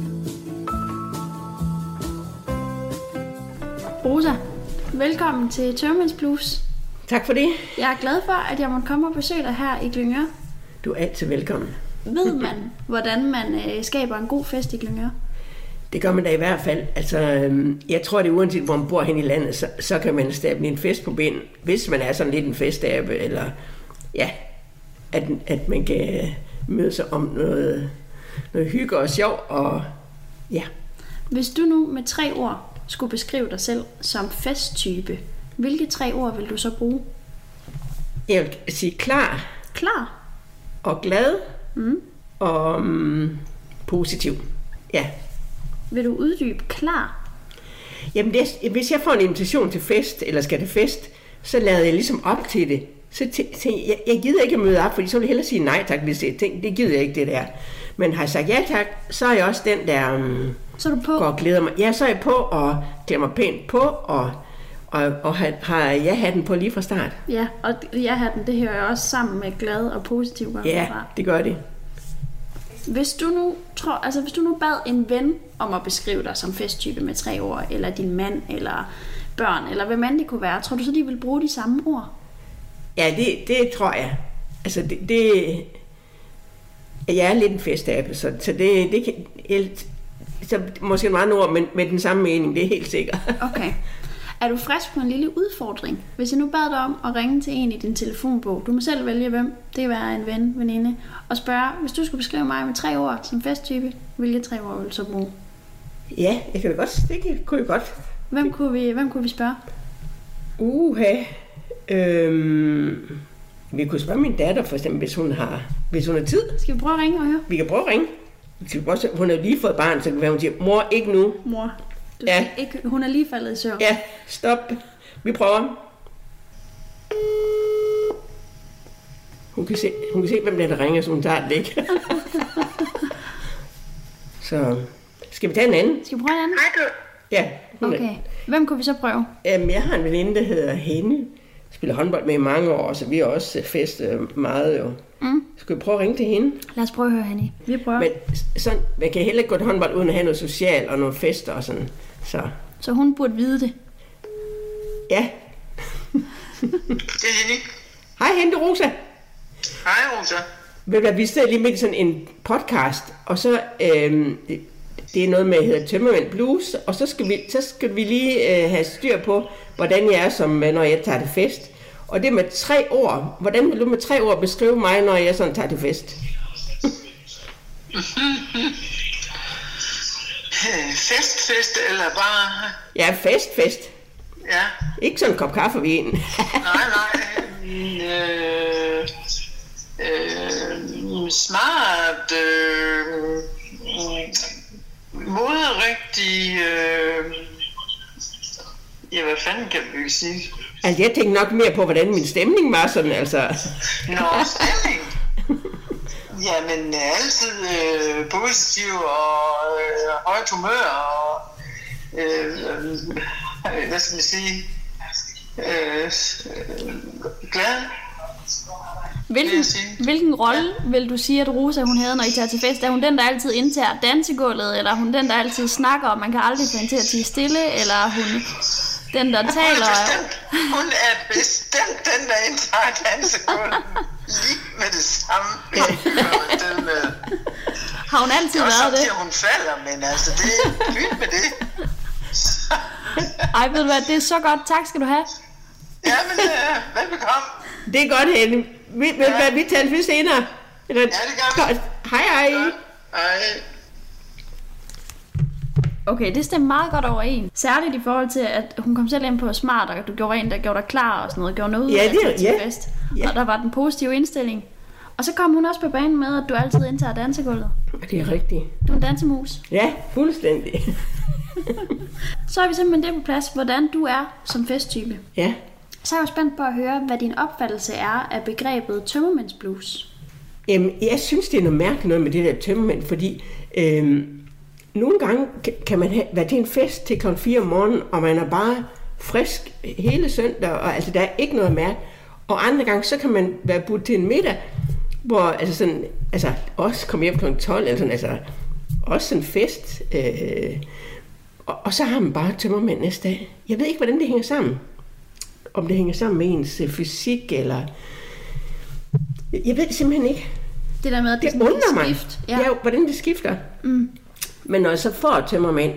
Rosa, velkommen til Tømmermænds Blues. Tak for det. Jeg er glad for, at jeg måtte komme og besøge dig her i Glyngøre. Du er altid velkommen. Ved man, hvordan man skaber en god fest i Glyngøre? Det gør man da i hvert fald. Altså, jeg tror, det er uanset, hvor man bor hen i landet, så kan man stable en fest på ben, hvis man er sådan lidt en festabe, eller ja, at man kan møde sig om noget hygge og sjov, og ja. Hvis du nu med 3 ord skulle beskrive dig selv som festtype, hvilke 3 ord vil du så bruge? Jeg vil sige klar. Klar. Og glad. og positiv. Ja. Vil du uddybe klar? Jamen, hvis jeg får en invitation til fest, eller skal til fest, så lader jeg ligesom op til det. Så jeg gider ikke at møde op, fordi så vil jeg hellere sige nej tak, hvis jeg tænker, det gider jeg ikke, det der. Men har jeg sagt ja tak, så er jeg også den, der så er du på? går og glæder mig. Ja, så er jeg på og klæder mig pænt på, og har ja-hatten på lige fra start. Ja, og ja-hatten, det hører jo også sammen med glad og positiv. Ja, det gør det. Hvis du nu bad en ven om at beskrive dig som festtype med 3 ord, eller din mand, eller børn, eller hvem end det kunne være, tror du så, de vil bruge de samme ord? Ja, det tror jeg. Altså, jeg er lidt en festabe, så det kan... Så måske meget ord, men med den samme mening, det er helt sikkert. Okay. Er du frisk på en lille udfordring? Hvis jeg nu bad dig om at ringe til en i din telefonbog, du må selv vælge hvem, det kan være en ven, veninde, og spørge, hvis du skulle beskrive mig med 3 ord som festtype, hvilke 3 ord vil du så bruge? Ja, det kunne jeg godt. Hvem kunne vi spørge? Vi kunne spørge min datter for eksempel, hvis hun har tid. Skal vi prøve at ringe og høre? Vi kan prøve at ringe. Hun har lige fået barn, så kan hun sige, mor, ikke nu. Mor, hun er lige faldet i søvn. Ja, stop. Vi prøver. Hun kan se, hvem der ringer, så hun tager det ikke. Så skal vi tage en anden? Skal vi prøve en anden? Ja. Okay. Hvem kunne vi så prøve? Jeg har en veninde, der hedder Henny. Spiller håndbold med i mange år, så vi har også festet meget jo. Skal vi prøve at ringe til hende? Lad os prøve at høre Henny. Vi prøver. Men sådan, man kan heller ikke gå til håndbold uden at have noget socialt og nogle fester og sådan. Så hun burde vide det? Ja. Det er Henny. Hej Henny, Rosa. Hej Rosa. Vi sidder lige midt i sådan en podcast, og så det er noget med, der hedder Tømmermænd Blues, og så skal vi lige have styr på, hvordan jeg er, som når jeg tager til fest. Og det med 3 ord. Hvordan vil du med 3 ord beskrive mig, når jeg sådan tager til fest? Fest eller bare... Ja, fest. Ja. Ikke sådan en kop kaffe ved en. Nej. Smart, moderigtig, ja, hvad fanden kan vi sige? Altså, jeg tænkte nok mere på, hvordan min stemning var sådan, altså. Stemning? Jamen, altid positiv og højt humør og, hvad skal man sige, glad. Hvilken rolle vil du sige, at Rosa hun havde, når I tager til fest? Er hun den, der altid indtager dansegulvet, eller er hun den, der altid snakker, og man kan aldrig få hende til at tie stille, eller er hun den, der taler? Hun er bestemt den, der indtager dansegulvet lige med det samme. Har hun altid været det? Det er også hun falder, men altså, det er pyt med det. Ej, ved du hvad, det er så godt. Tak skal du have. Ja, men velbekomme. Det er godt, Henny. Vi taler først senere. Ja, det gør vi. Hej. Hej. Okay, det stemmer meget godt overens. Særligt i forhold til, at hun kom selv ind på smart, og du gjorde rent, der gjorde dig klar og sådan noget. Gjorde noget ud af til fest. Ja. Og der var den positive indstilling. Og så kom hun også på banen med, at du altid indtager dansegulvet. Det er rigtigt. Du er en dansemus. Ja, fuldstændig. Så er vi simpelthen det på plads, hvordan du er som festtype. Ja. Så er jeg spændt på at høre, hvad din opfattelse er af begrebet tømmermændsblues. Jamen, jeg synes, det er noget mærkeligt noget med det der tømmermænd, fordi nogle gange kan man være til en fest til kl. 4 om morgenen, og man er bare frisk hele søndag, og altså, der er ikke noget mærke. Og andre gange, så kan man være budt til en middag, hvor også komme hjem kl. 12, eller sådan, altså også en fest. Og så har man bare tømmermænd næste dag. Jeg ved ikke, hvordan det hænger sammen. Om det hænger sammen med ens fysik, eller... Jeg ved det simpelthen ikke. Det der med, at det undrer mig. Ja, hvordan det skifter. Men når jeg så får tømmermænd,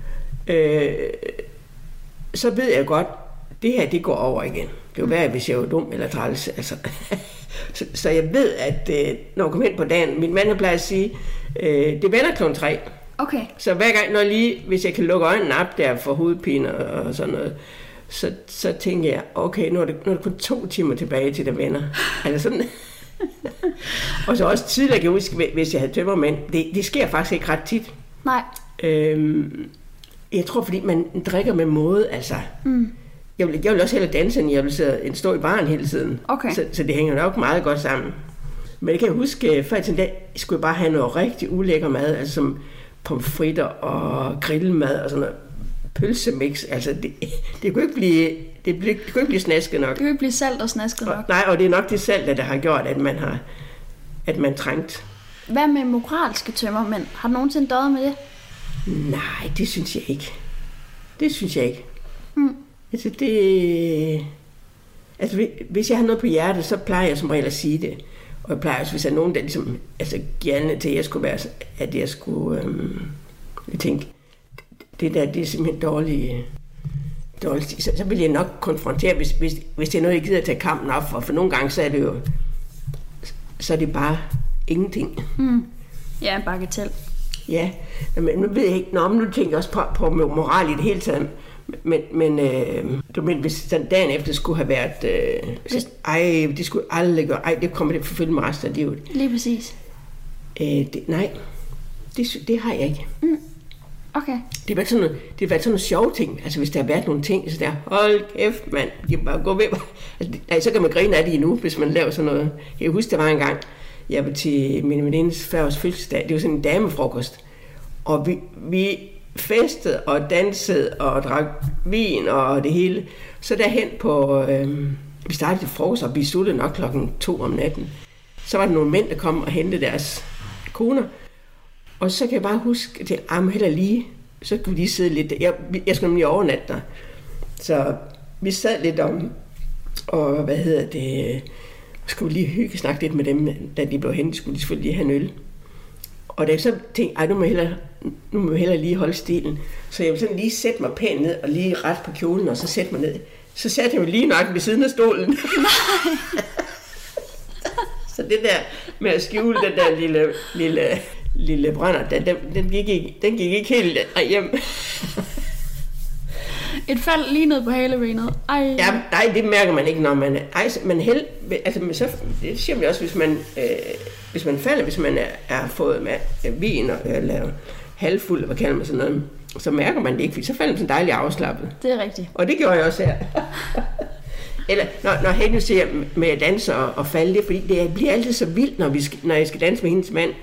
så ved jeg godt, det her, det går over igen. Det er jo værd, hvis jeg er dum eller træls. Altså. så jeg ved, at når jeg kommer ind på dagen, min mand plejer at sige, det vender kl. 3. Okay. Så hver gang, hvis jeg kan lukke øjnene op der for hovedpiner og sådan noget, så tænker jeg, okay, nu er det kun 2 timer tilbage til det vender. Altså sådan. Og så også tidligere, kan jeg huske, hvis jeg havde tømmermænd. Det sker faktisk ikke ret tit. Nej. Jeg tror, fordi man drikker med måde, altså. Jeg vil også hellere danse, end jeg vil stå i baren hele tiden. Okay. Så det hænger nok meget godt sammen. Men jeg kan huske, før til en dag, skulle jeg bare have noget rigtig ulækker mad, altså som pomfritter og grillmad og sådan noget. Pølsemix, altså det kunne ikke blive snasket nok. Det kunne ikke blive salt og snasket nok. Nej, og det er nok det salt, der har gjort, at man trængt. Hvad med moralske tømmermænd? Har du nogensinde døjet med det? Nej, det synes jeg ikke. Altså hvis jeg har noget på hjertet, så plejer jeg som regel at sige det. Og jeg plejer også, hvis der er nogen, der ligesom, giver andet til, at jeg skulle tænke, det er simpelthen dårligt. Så vil jeg nok konfrontere, hvis det er noget, jeg gider at tage kampen op for. For nogle gange, så er det jo, så er det bare ingenting. Ja, en bagatel. Ja, men nu ved jeg ikke, nu tænker jeg også på moral i det hele taget. Men hvis den dagen efter skulle have været, det skulle aldrig gøre, det kommer det forfølge med resten af livet. Lige præcis. Nej, det har jeg ikke. Okay. Det har været sådan nogle sjove ting. Altså hvis der har været nogle ting, så der, hold kæft mand, de bare gå ved. Altså, så kan man grine af det endnu, hvis man laver sådan noget. Jeg husker, der var en gang, jeg var til min venindes 40-års fødselsdag. Det var sådan en damefrokost. Og vi festede og dansede og drak vin og det hele. Så derhen på, vi startede til frokost, og vi sluttede nok 2:00 om natten. Så var der nogle mænd, der kom og hentede deres koner. Og så kan jeg bare huske, at jeg heller lige, så kunne vi lige sidde lidt. Jeg skulle nemlig overnatte der. Så vi sad lidt om, og skulle lige hygge snakke lidt med dem, da de blev hentet, skulle de selvfølgelig lige have en øl. Og da jeg så tænkte, nu må jeg hellere lige holde stilen. Så jeg ville sådan lige sætte mig pænt ned, og lige ret på kjolen, og så sætte mig ned. Så satte jeg mig lige nok ved siden af stolen. Nej. Så det der med at skjule den der lille brænder, den gik ikke helt hjem. Et fald lige ned på halebenet. Ej. Ja, nej, det mærker man ikke, når man så det siger man også, hvis man falder, hvis man er fået med vin eller halvfuld, hvad kalder man sådan noget, så mærker man det ikke, fordi så falder man sådan dejligt afslappet. Det er rigtigt. Og det gjorde jeg også her. Eller når Henny siger med at danse og falde, det er fordi, det bliver altid så vildt, når jeg skal danse med hendes mand.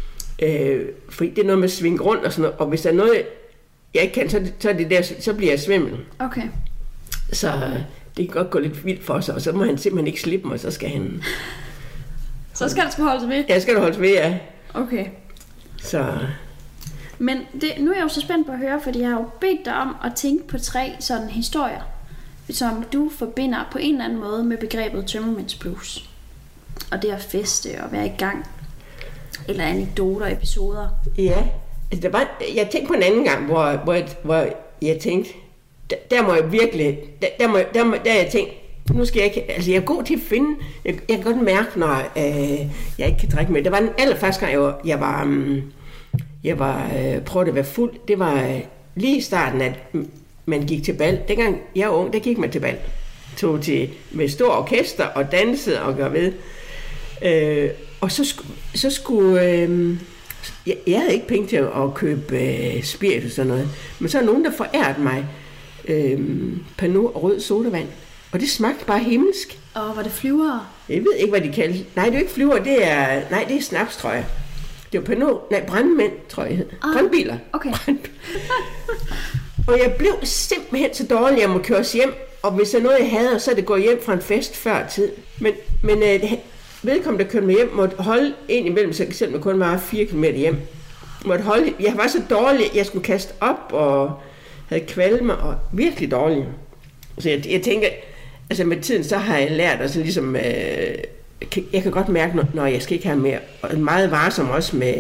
Fordi det er noget med at svinge rundt og sådan noget, og hvis der er noget, jeg ikke kan, så bliver jeg svimmel. Okay. Så det kan godt gå lidt vildt for sig, og så må han simpelthen ikke slippe mig, så skal han... Så skal du holde sig ved? Ja, skal du holde sig ved, ja. Okay. Så... Men nu er jeg jo så spændt på at høre, fordi jeg har jo bedt dig om at tænke på 3 sådan historier, som du forbinder på en eller anden måde med begrebet tømmermændsblues. Og det at feste og være i gang. Eller anekdoter, episoder. Ja, altså jeg tænkte på en anden gang, hvor jeg tænkte, der må jeg virkelig, der jeg tænkte, nu skal jeg ikke, altså jeg er god til at finde, jeg kan godt mærke, når jeg ikke kan drikke mere. Det var den allerførste gang, jeg var prøvet at være fuld. Det var lige i starten, at man gik til bal. Dengang jeg var ung, der gik man til bal. Tog til med stor orkester og dansede og gør ved. Og så skulle... jeg havde ikke penge til at købe spiritus og noget. Men så er nogen, der forærede mig Pernod og rød sodavand. Og det smagte bare himmelsk. Og var det flyvere? Jeg ved ikke, hvad de kaldte. Nej, det er ikke flyvere. Det er snaps, tror jeg. Det var Pernod. Nej, brandmænd, tror jeg. Brandbiler. Okay. Og jeg blev simpelthen så dårlig, jeg må køres hjem. Og hvis der er noget, jeg havde, så er det gået hjem fra en fest før tid. Men vedkommende, der kørte mig hjem, måtte holde ind imellem, så selvom kun var 4 km hjem. Jeg var så dårlig, jeg skulle kaste op og havde kvalme og virkelig dårlig. Så jeg tænker, altså med tiden, så har jeg lært, altså ligesom, jeg kan godt mærke, når jeg skal ikke have mere, og meget varsom også med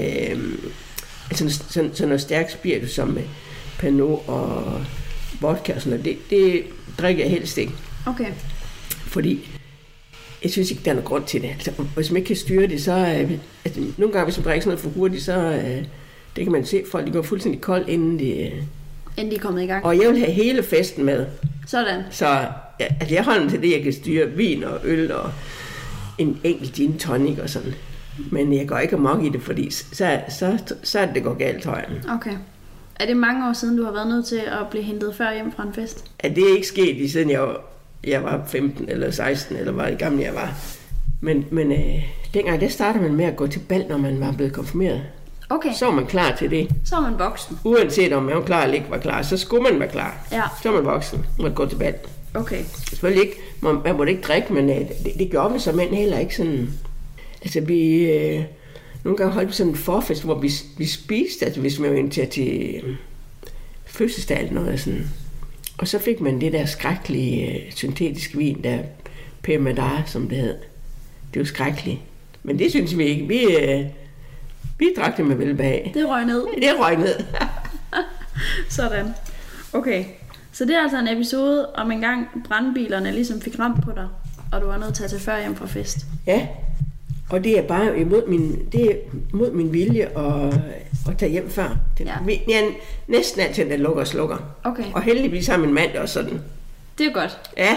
sådan noget stærkt spiritus som med Pernod og vodka og sådan noget. Det drikker jeg helst ikke. Okay. Fordi jeg synes ikke, der er nogen grund til det. Altså, hvis man ikke kan styre det, så... altså, nogle gange, hvis man drikker sådan noget for hurtigt, så... det kan man se, folk de går fuldstændig koldt, inden de er kommet i gang. Og jeg vil have hele festen med. Sådan. Så jeg holder mig til det, jeg kan styre. Vin og øl og en enkelt gin tonic og sådan. Men jeg går ikke amok i det, fordi så er det går galt, tror jeg. Okay. Er det mange år siden, du har været nødt til at blive hentet før hjem fra en fest? Ja, det er ikke sket, siden jeg var 15 eller 16, eller hvor gammel jeg var. Men dengang, der startede man med at gå til bal, når man var blevet konfirmeret. Okay. Så var man klar til det. Så var man voksen. Uanset om man var klar eller ikke var klar, så skulle man være klar. Ja. Så var man voksen, måtte gå til bal. Okay. Selvfølgelig ikke, man måtte ikke drikke, men det gjorde vi så mænd heller ikke sådan. Altså vi nogle gange holdt vi sådan en forfest, hvor vi spiste, altså hvis man var inviteret til fødselsdag eller noget sådan. Og så fik man det der skrækkelige syntetiske vin, der Permadar, som det hed. Det var skrækkeligt. Men det synes vi ikke. Vi drak det med velbehag. Det røg ned. Det røg ned. Sådan. Okay. Så det er altså en episode om en gang brandbilerne ligesom fik ramt på dig, og du var nødt til at tage før hjem fra fest. Ja. Og det er bare imod min vilje at tage hjem før. Jeg næsten altid, der lukker og slukker. Okay. Og heldigvis har min mand også sådan. Det er godt. Ja.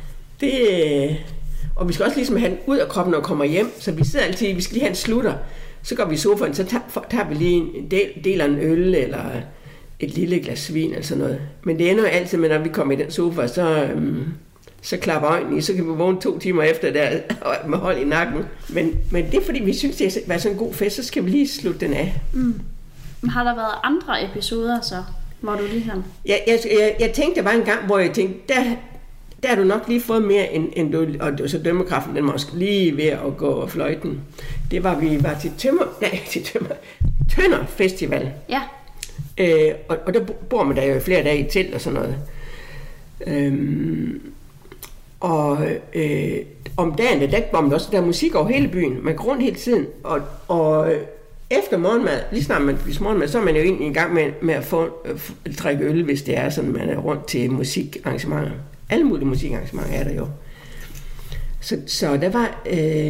Og vi skal også ligesom have den ud af kroppen, når vi kommer hjem. Så vi sidder altid, vi skal lige have en slutter. Så går vi i sofaen, så tager vi lige en del af en øl, eller et lille glas vin, eller sådan noget. Men det ender jo altid med, når vi kommer i den sofa, så klapper øjnene i, så kan vi vågne 2 timer efter der med hold i nakken. Men det er fordi, vi synes, det er sådan en god fest, så skal vi lige slutte den af. Mm. Har der været andre episoder så, hvor du ligesom... Jeg tænkte, der var en gang, hvor jeg tænkte, der har du nok lige fået mere end du, og så dømmekraften, den var også lige ved at gå fløjten. Det var, vi var til Tønder Festival. Ja. Og der bor man der jo flere dage i telt og sådan noget. Om dagen, der var man også der musik over hele byen. Man går rundt hele tiden. Og efter morgenmad, lige snart man spiser morgenmad, så er man jo egentlig i gang med at drikke øl, hvis det er sådan, man er rundt til musikarrangementer. Alle mulige musikarrangementer er der jo. Så der var...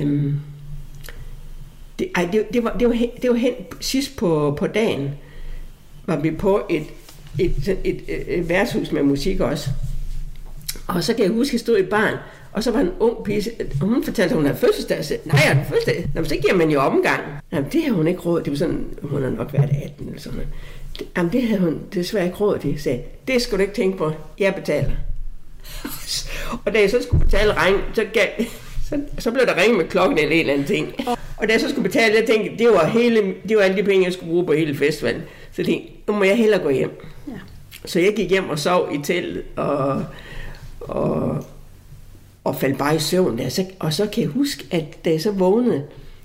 Det var hen sidst på dagen, var vi på et værtshus med musik også. Og så kan jeg huske, at jeg stod i baren, og så var en ung pige, og hun fortalte, at hun havde fødselsdag. Jeg sagde, nej, jeg har fødselsdag. Nå, så giver man jo omgang. Jamen, det har hun ikke råd. Det var sådan, hun har nok været 18 eller sådan noget. Jamen, det havde hun desværre ikke råd til. Jeg sagde, det skal du ikke tænke på. Jeg betaler. Og da jeg så skulle betale regning, så blev der ringet med klokken eller en eller anden ting. Og da jeg så skulle betale, jeg tænkte, det var alle de penge, jeg skulle bruge på hele festivalen. Så jeg tænkte, nu må jeg hellere gå hjem. Ja. Så jeg gik hjem og sov i teltet, og faldt bare i søvn der. Og så kan jeg huske, at da jeg så vågnede,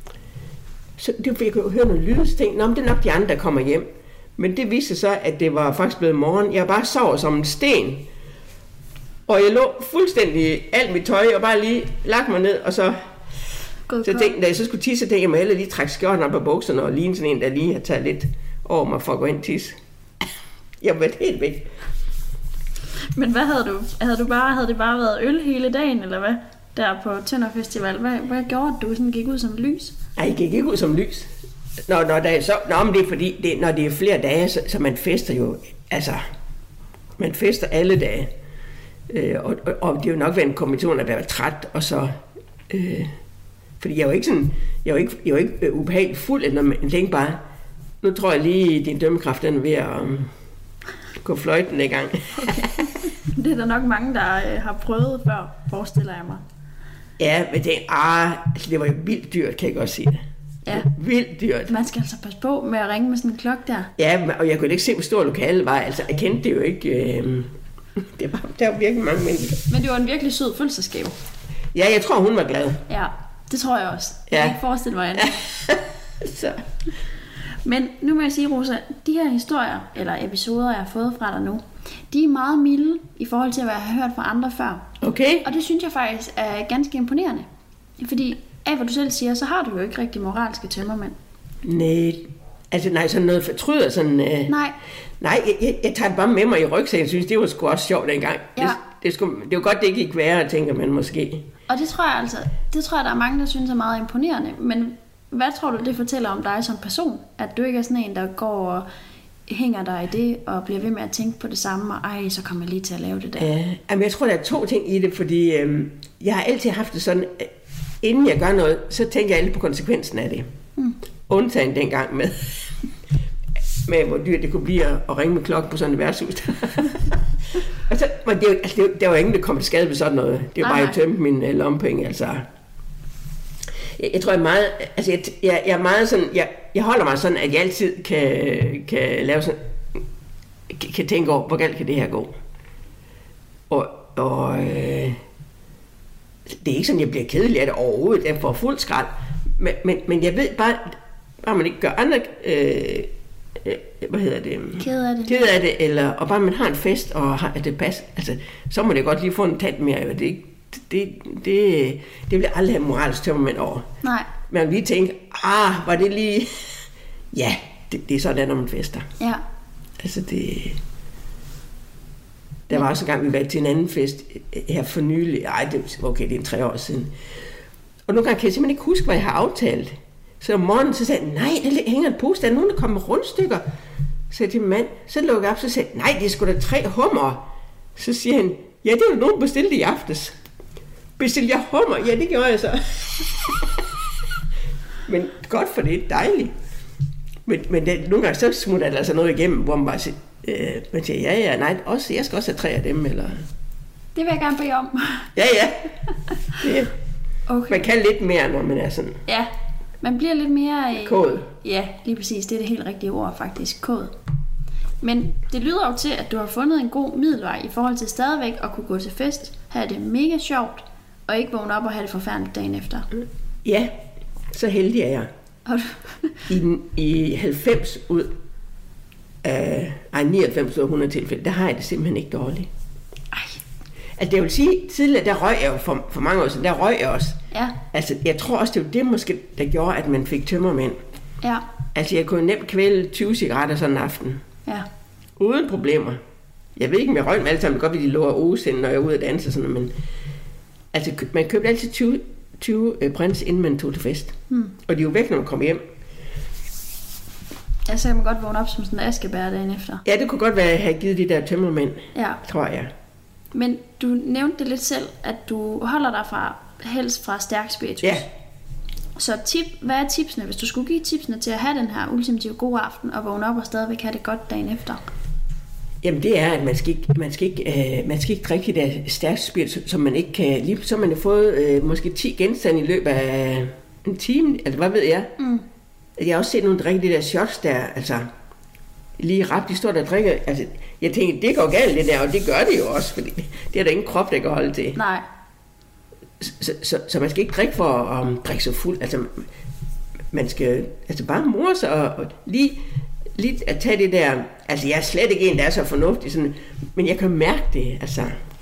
så jeg kunne høre nogle lyde, så tænkte, det er nok de andre, der kommer hjem. Men det viste så, at det var faktisk blevet morgen. Jeg bare sov som en sten. Og jeg lå fuldstændig alt mit tøj, og bare lige lagt mig ned, og så tænkte, da jeg så skulle tisse, så tænkte jeg mig hellere lige trække skjorten op af bukserne, og ligne sådan en, der lige har taget lidt over mig for at gå ind og tisse. Jeg var helt væk. Men hvad havde du? Havde det bare været øl hele dagen, eller hvad? Der på Tønder Festival. Hvad gjorde du? Sådan gik ud som lys? Nej, jeg gik ikke ud som lys. Men det er fordi, når det er flere dage, så man fester jo, altså, man fester alle dage. Og det er jo nok været en kombination at være træt, og så... fordi jeg er jo ikke ubehageligt fuld, eller man tænker bare, nu tror jeg lige, din dømmekraft den er ved at gå fløjten i gang. Det er der nok mange, der har prøvet før, forestiller jeg mig. Ja, men det var jo vildt dyrt, kan jeg godt sige det. Ja. Vildt dyrt. Man skal altså passe på med at ringe med sådan en klokke der. Ja, og jeg kunne ikke se, hvor stor lokalet var. Altså, jeg kendte det jo ikke... Der var virkelig mange mennesker. Men det var en virkelig sød fødselsdagsgave. Ja, jeg tror, hun var glad. Ja, det tror jeg også. Ja. Jeg kan ikke forestille mig andet. Så. Men nu må jeg sige, Rosa, de her historier, eller episoder, jeg har fået fra dig nu, de er meget milde i forhold til, hvad jeg har hørt fra andre før. Okay. Og det synes jeg faktisk er ganske imponerende. Fordi af hvad du selv siger, så har du jo ikke rigtig moralske tømmermænd. Nej, sådan noget fortryder sådan... Nej, jeg tager det bare med mig i rygsækken. Jeg synes, det var sgu også sjovt dengang. Ja. Det var godt, det ikke gik værre, tænker man måske. Og det tror jeg, der er mange, der synes er meget imponerende. Men hvad tror du, det fortæller om dig som person? At du ikke er sådan en, der går og hænger dig i det, og bliver ved med at tænke på det samme, og så kommer jeg lige til at lave det der. Ja, jeg tror, der er 2 ting i det, fordi jeg har altid haft det sådan... inden jeg gør noget, så tænker jeg lidt på konsekvensen af det. Undtagen dengang med hvor dyrt det kunne blive at ringe med klokken på sådan et værtshus. Og så, men der var ingen, der kom til skade ved sådan noget. Det var bare at tømme mine lommepenge, altså. Jeg tror, jeg er meget, altså jeg er meget sådan, jeg holder mig sådan, at jeg altid kan lave sådan, kan tænke over, hvor galt kan det her gå. Og det er ikke sådan, jeg bliver kedelig af det overhovedet, jeg får fuld skrald. Men jeg ved bare man ikke gør andre, ked af det, eller, og bare man har en fest, og har, at det passer, altså, så må det godt lige få en tand mere. Det vil aldrig have moralsk tømmermænd over. Nej. Man lige tænke, var det lige... Ja, det er sådan, når man fester. Ja. Altså det... Der var også en gang, vi var til en anden fest her for nylig. Det er 3 år siden. Og nogle gange kan jeg simpelthen ikke huske, hvad jeg har aftalt. Så om morgenen, så sagde jeg, nej, der hænger en pose, der er nogen, der kommer med rundstykker. Så sagde jeg til min mand, så lukker jeg op, så sagde jeg, nej, det er sgu da 3 hummer. Så siger han, ja, det var nogen bestilte i aftes. Bestilte jeg hummer? Ja, det gjorde jeg så. Men godt, for det er dejligt. Men det, nogle gange så smutter der altså noget igennem, hvor man bare siger, man siger, ja, nej, også, jeg skal også have 3 af dem, eller... Det vil jeg gerne bede om. Ja. Det, okay. Man kan lidt mere, når man er sådan... Ja, man bliver lidt mere... Kåd. Ja, lige præcis. Det er det helt rigtige ord, faktisk. Kåd. Men det lyder jo til, at du har fundet en god middelvej i forhold til stadigvæk at kunne gå til fest, have det mega sjovt, og ikke vågne op og have det forfærdeligt dagen efter. Ja, så heldig er jeg. I 90 ud af 99 ud af 100 tilfælde, der har jeg det simpelthen ikke dårligt. Altså det vil sige, tidligere der røg jeg jo for mange år siden, der røg jeg også. Ja. Altså jeg tror også, det var det måske, der gjorde, at man fik tømmermænd. Ja. Altså jeg kunne nemt kvæle 20 cigaretter sådan en aften. Ja. Uden problemer. Jeg ved ikke, om jeg røg med alle sammen, det kan godt, at de lå af osende, når jeg er ude at danse og sådan noget, men altså man købte altid 20 prins, inden man tog til fest. Og de er jo væk, når man kommer hjem. Ja, så kan man godt vågne op som sådan en askebær dagen efter. Ja, det kunne godt være, at jeg havde givet de der tømmermænd, tror jeg. Men du nævnte det lidt selv, at du holder dig helst fra stærk spiritus. Ja. Så hvad er tipsene, hvis du skulle give tipsene til at have den her ultimative gode aften, og vågne op og stadigvæk have det godt dagen efter? Jamen det er, at man skal ikke drikke det der stærk spiritus, som man ikke kan, lige så man har fået måske 10 genstande i løbet af en time, altså hvad ved jeg. Jeg har også set nogen drikke de der shots der, altså lige ret, de står der og drikker, altså jeg tænker, det går galt det der, og det gør det jo også, fordi det er der ingen krop, der kan holde til. Nej. Så man skal ikke drikke for at drikke så fuld, altså man skal altså bare more sig og lige at tage det der, altså jeg er slet ikke en, der er så fornuftig, sådan, men jeg kan mærke det, altså.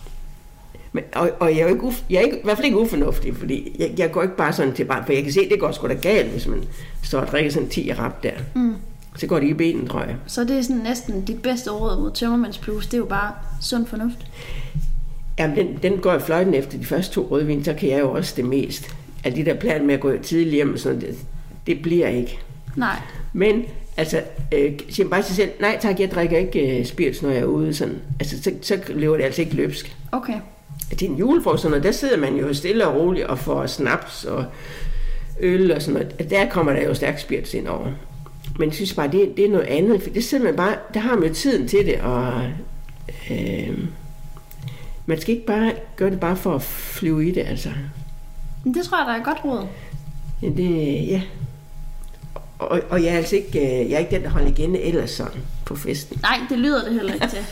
Og jeg er i hvert fald ikke ufornuftig, fordi jeg går ikke bare sådan til barn, for jeg kan se, det går sgu da galt, hvis man står og drikker sådan 10 rap der. Så går det i benen, tror jeg. Så det er sådan næsten dit bedste råd mod tømmermandsplus, det er jo bare sund fornuft? Jamen, den går jeg fløjten efter de første 2 rødvin, så kan jeg jo også det mest. At de der planer med at gå tidligt hjem, sådan, det bliver ikke. Nej. Men, altså, siger bare til sig selv, nej tak, jeg drikker ikke spiritus, når jeg er ude, sådan. Altså, så lever det altså ikke løbsk. Okay. Til en julefrokost, og der sidder man jo stille og roligt og får snaps og øl og sådan noget. Der kommer der jo stærk spiritus ind over. Men jeg synes bare, det er noget andet, for det sidder man bare, der har man jo tiden til det, og man skal ikke bare gøre det bare for at flyve i det, altså. Det tror jeg, der er et godt råd. Ja. Og jeg er altså ikke, jeg er ikke den, der holder igen ellers sådan på festen. Nej, det lyder det heller ikke til.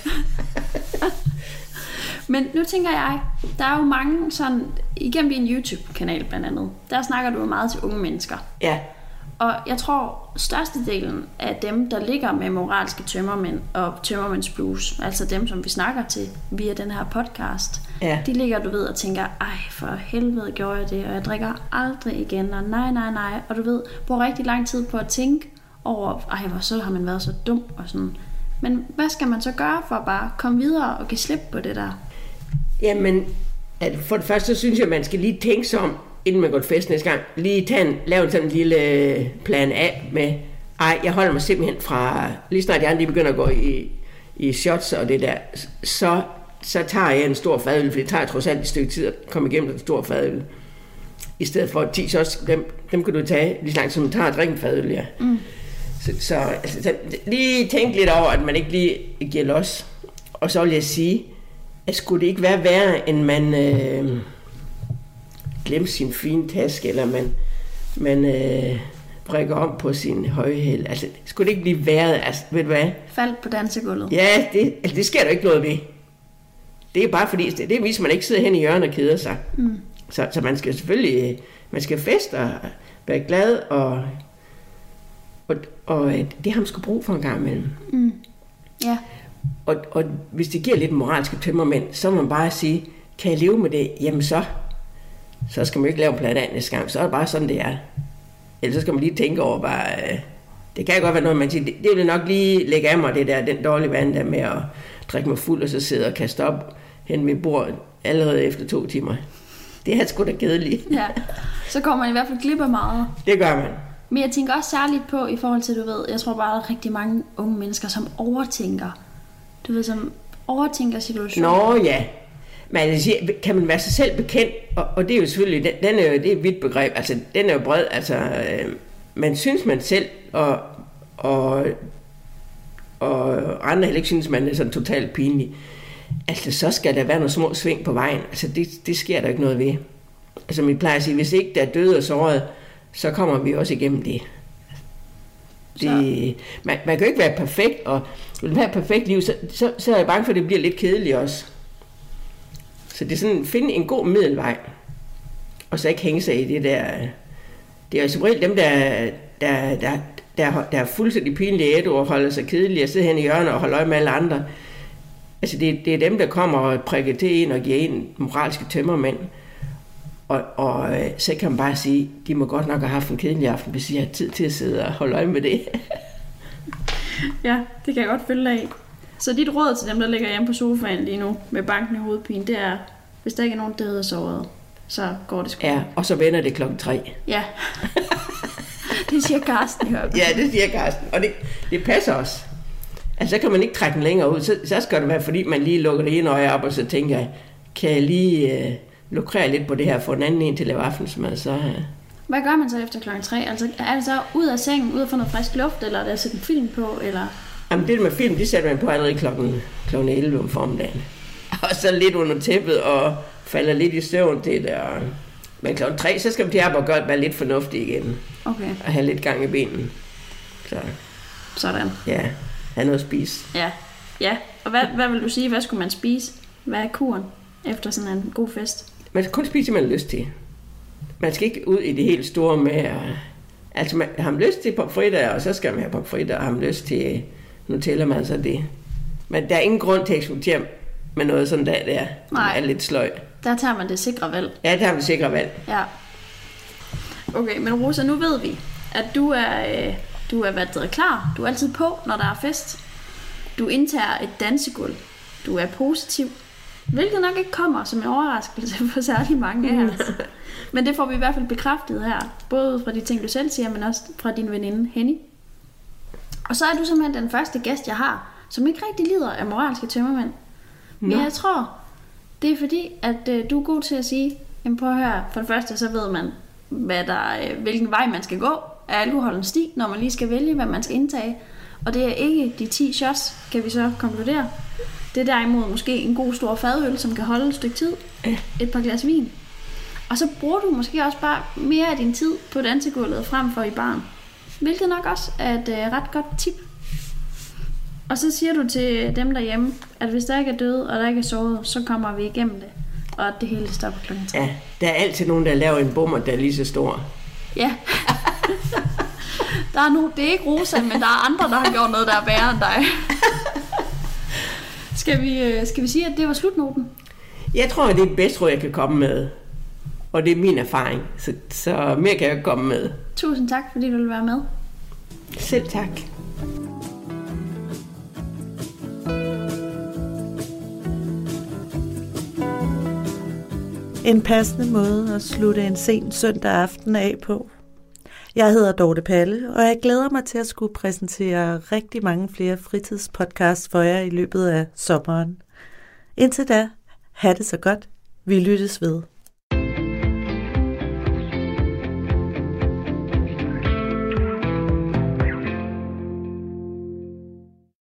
Men nu tænker jeg, der er jo mange sådan, igennem din YouTube-kanal blandt andet, der snakker du meget til unge mennesker. Ja. Og jeg tror, størstedelen af dem, der ligger med moralske tømmermænd og tømmermændsblues, altså dem, som vi snakker til via den her podcast, de ligger, du ved, og tænker, ej, for helvede gjorde jeg det, og jeg drikker aldrig igen, og nej, og du ved, bruger rigtig lang tid på at tænke over, ej, hvor så har man været så dum, og sådan. Men hvad skal man så gøre for at bare komme videre og give slip på det der? Jamen, for det første, så synes jeg, at man skal lige tænke sig om, inden man går til fest næste gang, lige lave sådan en lille plan A med, jeg holder mig simpelthen fra, lige snart de andre begynder at gå i shots og det der, så tager jeg en stor fadøl, for det tager trods alt et stykke tid at komme igennem en stor fadøl. I stedet for 10 shots, dem kan du tage lige så langt, som du tager at drikke en fadøl, ja. Så lige tænk lidt over, at man ikke lige giver los. Og så vil jeg sige, at skulle det ikke være værre, end man glemmer sin fine taske, eller man brækker om på sin højhæl. Altså, skulle det ikke blive værre, altså, ved du hvad? Faldt på dansegulvet. Ja, det sker der ikke noget ved. Det er bare fordi, det er hvis man ikke sidder hen i hjørnet og keder sig. Så man skal selvfølgelig, man skal feste og være glad, og det har man sgu brug for en gang imellem. Ja. Og hvis det giver lidt moralske tømmermænd, så må man bare sige, kan jeg leve med det? Jamen så skal man ikke lave en plade af næste gang, så er det bare sådan, det er. Ellers så skal man lige tænke over, bare, det kan godt være noget, man siger, det vil nok lige lægge af mig, den dårlige vand der med at drikke mig fuld, og så sidde og kaste op hen ved bordet allerede efter 2 timer. Det er sgu da kedeligt. Ja, så kommer man i hvert fald glip af meget. Det gør man. Men jeg tænker også særligt på, i forhold til, du ved, jeg tror bare, der er rigtig mange unge mennesker, som overtænker. Du ved, som overtænker situationen. Nå ja, men kan man være sig selv bekendt, og det er jo selvfølgelig, det er et vidt begreb, altså den er jo bred, altså man synes man selv, og andre heller ikke synes man er sådan totalt pinlig. Altså så skal der være nogle små sving på vejen, altså det sker der ikke noget ved. Altså vi plejer at sige, hvis ikke der er døde og såret, så kommer vi også igennem det. Man kan jo ikke være perfekt, og vil have et perfekt liv, så er jeg bange for, at det bliver lidt kedeligt også. Så det er sådan, finde en god middelvej, og så ikke hænge sig i det der. Det er jo som regel dem, der er fuldstændig pinlige ædru og holder sig kedelige og sidder hen i hjørnet og holder øje med alle andre. Altså det er dem, der kommer og prikker til en og giver en moralske tømmermænd. Og så kan man bare sige, de må godt nok have haft en kedelig aften, hvis I har tid til at sidde og holde øje med det. Ja, det kan jeg godt følge af. Så dit råd til dem, der ligger hjemme på sofaen lige nu med banken i hovedpine, det er, hvis der ikke er nogen, der hedder såret, så går det sgu. Ja, og så vender det 3:00. Ja. Det siger Karsten i hvert fald. Ja, det siger Karsten, og det passer også. Altså, så kan man ikke trække den længere ud. Så skal det være, fordi man lige lukker det ene øje op, og så tænker jeg, kan jeg lige lukrere lidt på det her, for den anden en til at lave aftensmad, så... Hvad gør man så efter 3:00? Altså, er det så ud af sengen, ud at få noget frisk luft, eller er det at sætte en film på, eller... Jamen, det med film, det sætter man på allerede klokken 11 om formiddagen. Og så lidt under tæppet, og falder lidt i søvn til det. Men 3:00, så skal man til at være lidt fornuftig igen. Okay. Og have lidt gang i benen. Sådan. Ja, have noget at spise. Ja. Og hvad vil du sige, hvad skulle man spise? Hvad er kuren efter sådan en god fest? Man skal kun spise, det man har lyst til. Man skal ikke ud i det helt store med... Altså, man har lyst til pomfritter, og så skal man have pomfritter, og har man lyst til Nutella-mad, så det. Men der er ingen grund til at eksperimentere med noget sådan der er lidt sløj. Der tager man det sikre valg. Ja, der tager man det sikre valg. Ja. Okay, men Rosa, nu ved vi, at du er klar. Du er altid på, når der er fest. Du indtager et dansegulv. Du er positiv. Hvilket nok ikke kommer som en overraskelse for særlig mange af os. Men det får vi i hvert fald bekræftet her. Både fra de ting, du selv siger, men også fra din veninde Henny. Og så er du simpelthen den første gæst, jeg har, som ikke rigtig lider af moralske tømmermænd. Men jeg tror, det er fordi, at du er god til at sige, jamen prøv at høre, for det første så ved man, hvilken vej man skal gå. Er alkoholen sti, når man lige skal vælge, hvad man skal indtage. Og det er ikke de 10 shots, kan vi så konkludere. Det er derimod måske en god stor fadøl, som kan holde et stykke tid. Et par glas vin. Og så bruger du måske også bare mere af din tid på dansegulvet frem for i baren. Hvilket nok også er et ret godt tip. Og så siger du til dem derhjemme, at hvis der ikke er døde, og der ikke er såret, så kommer vi igennem det. Og at det hele stopper 3:00. Ja, der er altid nogen, der laver en bummer, der er lige så stor. Ja. Der er nu, det er ikke Rosa, men der er andre, der har gjort noget, der er værre end dig. Skal vi sige, at det var slutnoten? Jeg tror, at det er det bedste råd, jeg kan komme med. Og det er min erfaring. Så mere kan jeg ikke komme med. Tusind tak, fordi du ville være med. Selv tak. En passende måde at slutte en sen søndag aften af på. Jeg hedder Dorte Palle, og jeg glæder mig til at skulle præsentere rigtig mange flere fritidspodcasts for jer i løbet af sommeren. Indtil da, ha' det så godt. Vi lyttes ved.